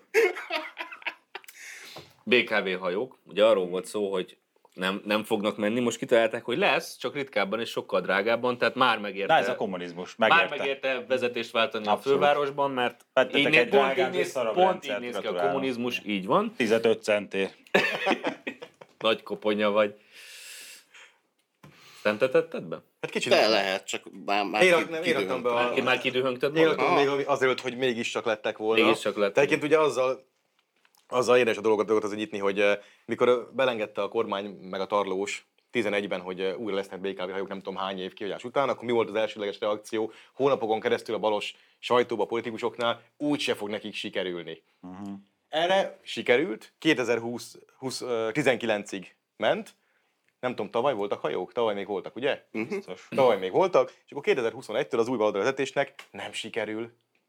BKV hajók, ugye arról volt szó, hogy nem fognak menni, most kitalálták, hogy lesz, csak ritkábban és sokkal drágábban, tehát már megérte. Na ez a kommunizmus, Már megérte. megérte vezetést váltani Abszolút. a fővárosban, mert Vettetek egy drágán és szarabb pont így rendszert, néz ki a gratulálok. kommunizmus, így van. 15 centért. Nagy koponya vagy. Nem te tetted be? Hát kicsit. De lehet, csak már Én raktam be a... Én már kidühöngted Én magad? raktam még azért, hogy mégiscsak lettek volna. Mégiscsak lettek. Tehát egyébként ugye azzal érdemes a dolgot az nyitni, hogy mikor belengedte a kormány meg a tarlós 11-ben, hogy újra lesznek BKV hajók nem tudom hány év kihagyás után, akkor mi volt az elsődleges reakció? Hónapokon keresztül a balos sajtóba, politikusoknál úgyse fog nekik sikerülni. Erre sikerült, 2019-ig ment, nem tudom, tavaly voltak hajók? Tavaly még voltak, ugye? Biztos. Tavaly még voltak, és akkor 2021-től az új baloldali vezetésnek nem sikerül.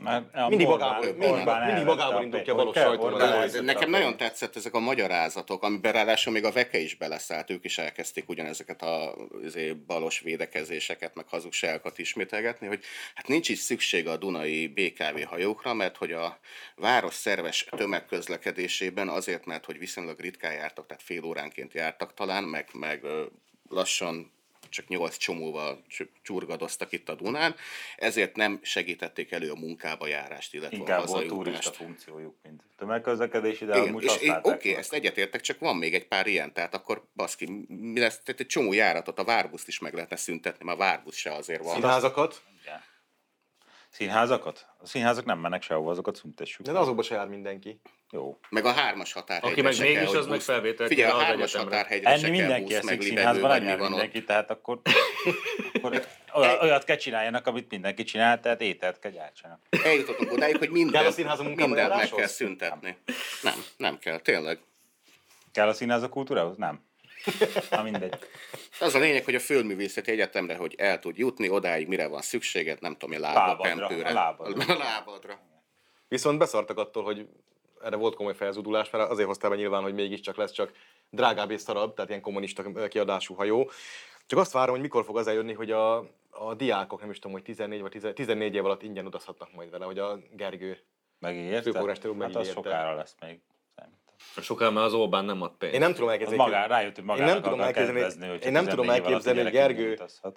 Mindig magából indul ki a valós sajtó. Nekem nagyon tetszett ezek a magyarázatok, amiben ráadásul még a Veke is beleszállt, ők is elkezdték ugyanezeket a balos védekezéseket, meg hazugságokat ismételgetni, hogy hát nincs is szüksége a dunai BKV hajókra, mert hogy a város szerves tömegközlekedésében azért, mert hogy viszonylag ritkán jártak, tehát fél óránként jártak talán, meg lassan csak 8 csomóval csurgadoztak itt a Dunán, ezért nem segítették elő a munkába járást, illetve inkább a hazajutást. volt turista funkciójuk, mint tömegközlekedési, de amúgy használták. Oké, ezt egyetértek, csak van még egy pár ilyen, tehát akkor baszki, mi lesz, tehát egy csomó járatot, a Várbuszt is meg lehetne szüntetni, mert a Várbus se azért van. Színházakat? Színházakat? A színházak nem mennek sehova, azokat szüntessük. De azokba se jár mindenki. Jó. Meg a 3-as határhegyre. Aki meg mégis, az meg felvétel. Figyelj, a 3-as határhegyre se kell mindenki busz, meg eszik libegő, színházban, vagy mi nem van mindenki, ott. tehát akkor olyat kell csináljanak, amit mindenki csinál, tehát ételt kell gyártsanak. Eljutottunk odáig, hogy Kell a színházon munkában mindent meg járáshoz? kell szüntetni. Nem kell, tényleg. Kell a színház a kultúrához? Nem. Na mindegy. Az a lényeg, hogy a Földművészeti Egyetemre, hogy el tud jutni, odáig mire van szükséged, nem tudom, lábra, pempőre. A lábadra. Viszont beszartak attól, hogy erre volt komoly felzúdulás, mert azért hoztál be nyilván, hogy mégiscsak lesz csak drágább és szarabb, tehát ilyen kommunista kiadású hajó. Csak azt várom, hogy mikor fog az eljönni, hogy a diákok, nem is tudom, hogy 14 vagy 14 év alatt ingyen utazhatnak majd vele, hogy a Gergő főpolgármester úr Hát az megígérte. sokára lesz még. Sokára, mert az Orbán nem ad pénzt. Én nem tudom elképzelni, Rájött, hogy magának akar kedvezni, hogy én nem tudom elképzelni, hogy Gergő,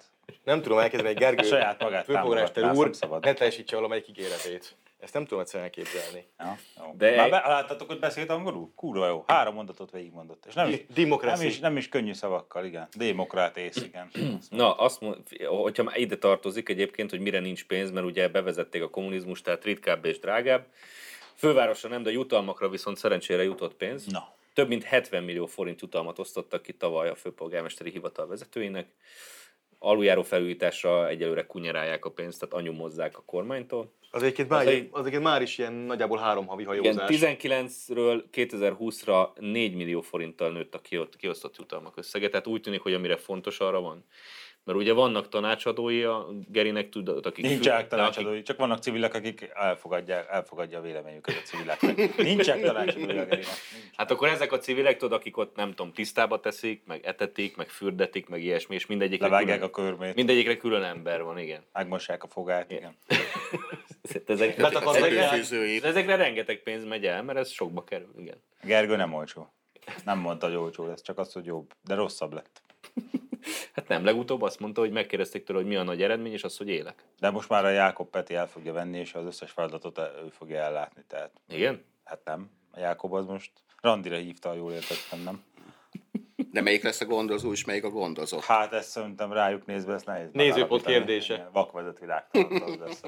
saját magát főpolgármester támogatná, úr azt nem szabad. ne teljesítse valamelyik ígéretét. Ezt nem tudom egyszerűen elképzelni. Ja, jó. De- Már láttatok, hogy beszélt angolul? Kurva jó. 3 mondatot végigmondott. És nem is könnyű szavakkal, igen. Demokrátész, igen. Na, hogyha már ide tartozik egyébként, hogy mire nincs pénz, mert ugye bevezették a kommunizmust, tehát ritkább és drágább. Fővárosra nem, de jutalmakra viszont szerencsére jutott pénz. Na. Több mint 70 millió forint jutalmat osztottak ki tavaly a főpolgármesteri hivatal vezetőinek. Aluljáró felújításra egyelőre kunyerálják a pénzt, tehát anyumozzák a kormánytól. Az egyébként már is ilyen nagyjából 3 havi hajózás. Igen, 19-ről 2020-ra 4 millió forinttal nőtt a kiosztott jutalmak összege, tehát úgy tűnik, hogy amire fontos, arra van. Mert ugye vannak tanácsadói a Gerinek, tudod, akik... Nincsenek tanácsadói, csak vannak civilek, akik elfogadja a véleményüket a civileknek. Nincsenek tanácsadói a Gerinek. Hát akkor ezek a civilek, tudod, akik ott nem tudom, tisztába teszik, meg etetik, meg fürdetik, meg ilyesmi, és Levágják a körmét. mindegyikre külön ember van, igen. Megmossák a fogát, igen. Ezekre rengeteg pénz megy el, mert ez sokba kerül, igen. Gergő nem olcsó. Nem mondta, hogy olcsó lesz, csak az, hogy jobb. De rosszabb lett. Hát nem, legutóbb azt mondta, hogy megkérdezték tőle, hogy mi a nagy eredmény, és az, hogy élek. De most már a Jákob Peti el fogja venni, és az összes feladatot ő fogja ellátni. Tehát, Igen? hát nem. A Jákob az most Randira hívta, jól értettem, nem? De melyik lesz a gondozó, és melyik a gondozó? Hát ezt szerintem rájuk nézve, ezt nehéz. Nézőpont kérdése. Igen, vakvezet világtalan az lesz.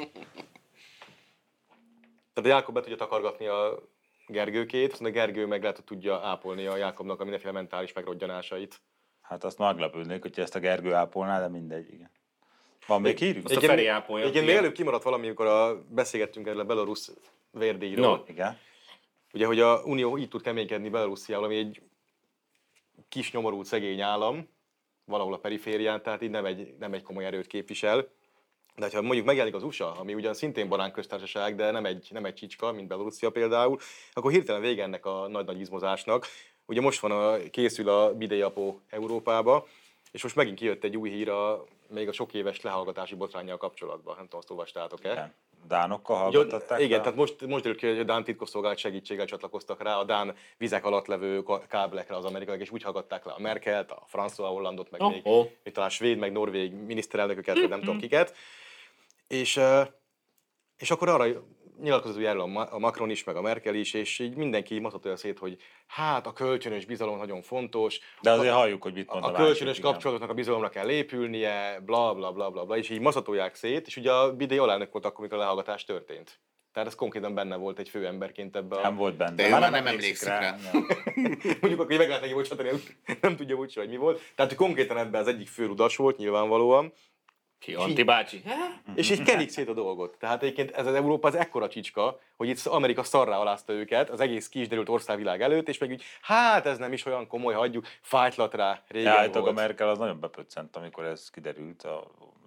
Tehát a Jákob be tudja takargatni a Gergőkét, viszont a Gergő meg lehet, hogy tudja ápolni a Jákobnak a mindenféle mentális megrodjanásait. Hát azt meglepődnék, hogyha ezt a Gergő ápolná, de mindegy, igen. Van még hírünk? Azt a Feri ápolja. Igen, még előbb kimaradt valami, amikor beszélgettünk erről a Belarus vérdíjról. No. Igen. Ugye, hogy a Unió így tud keménykedni Belarussziával, ami egy kis nyomorult szegény állam, valahol a periférián, tehát így nem egy komoly erőt képvisel. De ha mondjuk megjelenik az USA, ami ugyan szintén banánköztársaság, de nem egy csicska, mint Belarusszia például, akkor hirtelen vége ennek a nagy-nagy izmozásnak. Ugye most készül a Bidei Apó Európába, és most megint kijött egy új hír még a sok éves lehallgatási botránnyal kapcsolatban. Nem tudom, azt olvastátok-e? Igen. Dánokkal hallgattatták? Igen, tehát most derült ki, hogy a Dán titkosszolgálat segítséggel csatlakoztak rá a Dán vizek alatt levő kábelekre az amerikaiak, és úgy hallgatták le a Merkelt, a François Hollandot, meg még talán svéd, meg norvég miniszterelnököket, vagy nem tudom kiket. És akkor arra nyilatkozott erről a Macron is, meg a Merkel is, és így mindenki mondhatja szét, hogy hát a kölcsönös bizalom nagyon fontos. De azért halljuk, hogy mit mond a kölcsönös kapcsolatoknak a bizalomra kell épülnie, bla bla bla bla bla, és így maszatolják szét, és ugye a Bidei alelnök volt akkor, amikor a lehallgatás történt. Tehát ez konkrétan benne volt egy főemberként ebben. Nem volt benne. De ő már nem emlékszik rá. Mondjuk akkor meg lehet neki bocsátani, nem tudja úgyse, hogy mi volt. Tehát hogy konkrétan ebben az egyik főrudas volt nyilvánvalóan. Ki, Anti bácsi? És így kelik szét a dolgot. Tehát egyébként ez az Európa az ekkora csicska, hogy itt Amerika szarrá alázta őket az egész kisderült országvilág előtt, és meg úgy, hát ez nem is olyan komoly, hagyjuk, fájtlat rá, régen Állítólag volt. a Merkel az nagyon bepöccent, amikor ez kiderült,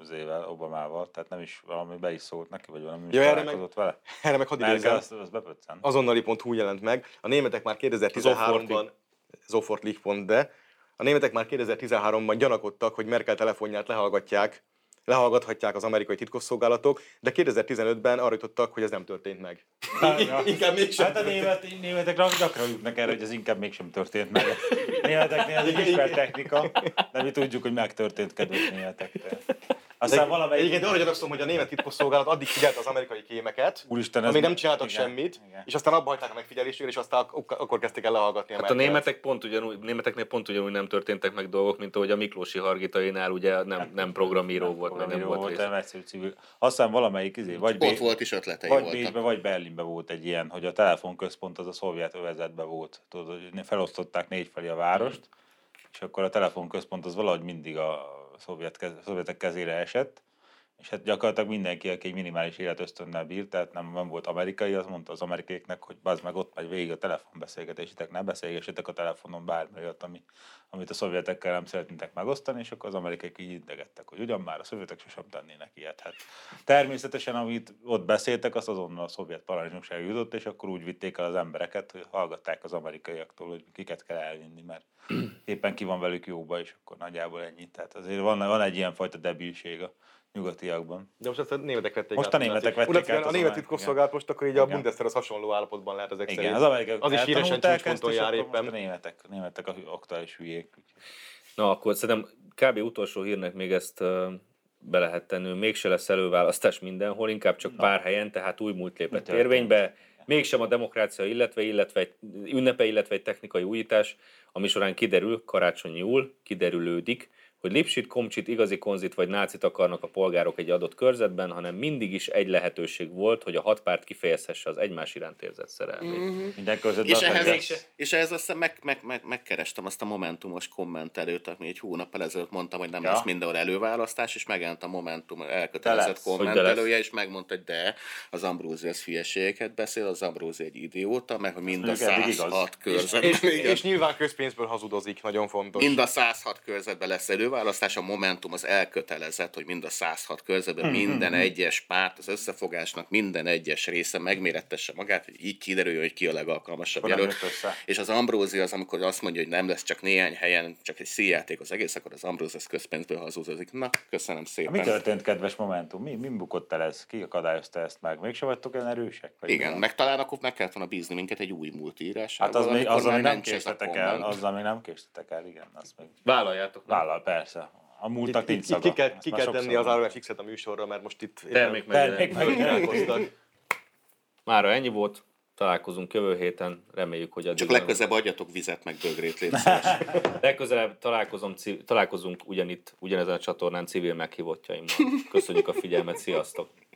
Obamával, tehát nem is valami be is szólt neki, vagy valami is Ja, találkozott vele. Erre meg hadd Merkel idézzem. az bepöccen. Azonnali.hu jelent meg. A németek már 2013-ban Sofortlich.de. A németek már 2013-ban gyanakodtak, hogy Merkel telefonját lehallgathatják az amerikai titkosszolgálatok, de 2015-ben arra jutottak, hogy ez nem történt meg. Inkább mégsem. Hát a németek gyakran jutnak erre, hogy ez inkább mégsem történt meg. Németeknél ez egy ismert technika, de mi tudjuk, hogy megtörtént, kedves németeknél. Aztán valamelyik... Egyébként arra gyanakszom, hogy a német titkosszolgálat addig figyelte az amerikai kémeket, Úristen, amíg nem csináltak igen, semmit, igen. és aztán abba hagyták a megfigyelésére, és aztán akkor kezdték el lehallgatni a Hát a Merkelt. németeknél pont ugyanúgy nem történtek meg dolgok, mint ahogy a Miklósi Hargitainál ugye nem programíró volt, meg nem volt rész. Nem egyszerű civil. Aztán valamelyik Ott volt is ötletei vagy voltak. Bécsben, vagy Berlinben volt egy ilyen, hogy a telefonközpont az a szovjet övezetben volt. Tudod, hogy felosztották 4 felé a várost, és akkor a telefonközpont az valahogy mindig a szovjetek kezére esett, és hát gyakorlatilag mindenki, aki egy minimális életösztönnel bírt, tehát nem volt amerikai, az mondta az amerikaiaknak, hogy bazd meg, ott megy végig a telefonbeszélgetésitek, ne beszélgessetek a telefonon bármi olyat, amit a szovjetekkel nem szeretnétek megosztani, és akkor az amerikaiak így idegettek, hogy ugyan már a szovjetek sosem tennének ilyet. Hát természetesen, amit ott beszéltek, az azonnal a szovjet parancsnokság jutott, és akkor úgy vitték el az embereket, hogy hallgatták az amerikaiaktól, hogy kiket kell elvinni, mert éppen ki van velük jóba, és akkor nagyjából ennyi. Tehát azért van egy ilyen fajta debilség a nyugatiakban. De most azt a németek vették Most a németek vették át. A német titkosszolgálat most akkor így a Bundeswehr az hasonló állapotban lehet ezek Igen, szerint. az amerikaiak Az is híresen eltanulták csúcsponton ezt, és jár akkor éppen. most a németek a aktuális hülyék. Na, akkor szerintem kb. Utolsó hírnek még ezt be lehet tenni, mégse lesz előválasztás mindenhol, inkább csak pár helyen, tehát új múlt lépett érvénybe. Mégsem a demokrácia illetve egy technikai újítás, ami során karácsonyúl kiderülődik, hogy lipsit, komcsit, igazi konzit vagy nácit akarnak a polgárok egy adott körzetben, hanem mindig is egy lehetőség volt, hogy a hat párt kifejezhesse az egymás iránt érzett szerelmét. Minden körzetben És ehhez aztán megkerestem azt a Momentumos kommentelőt, ami egy hónappal ezelőtt mondtam, hogy nem lesz mindenhol előválasztás, és megjelent a Momentum elkötelezett kommentelője, és megmondta, hogy de, az Ambrózi az hülyeségeket beszél, az Ambrózi egy idióta, meg hogy mind a 106 körzetben. És nyilván közpénzből hazudozik, nagyon fontos. Mind a 106 körzetben lesz előválasztás, a Momentum az elkötelezett, hogy mind a 106 körzetben minden egyes párt, az összefogásnak minden egyes része megmérettesse magát, hogy így kiderüljön, hogy ki a legalkalmasabb jelölt. És az Ambrózi az, amikor azt mondja, hogy nem lesz csak néhány helyen, csak egy színjáték az egész, akkor az Ambrózi az közpénzből hazudozik. Na, köszönöm szépen. Mi történt, kedves Momentum? Mi bukott el ez? Ki akadályozta ezt meg? Mégsem vagytok olyan erősek? Igen, meg talán akkor meg kellett volna bízni minket egy új multiírásával. Hát azzal még nem késtetek el, igen. Azt még... Vállaljátok. Vállal, persze. A múltnak nincs szaga. Ki kell tenni az Árvás X-et a műsorra, mert most itt Termék megjelent. Mára ennyi volt, találkozunk jövő héten, reméljük, hogy addig... Csak legközelebb adjatok vizet, meg bögrét, légy szíves. Legközelebb találkozunk ugyanezen a csatornán civil meghívottjaimmal. Köszönjük a figyelmet, sziasztok!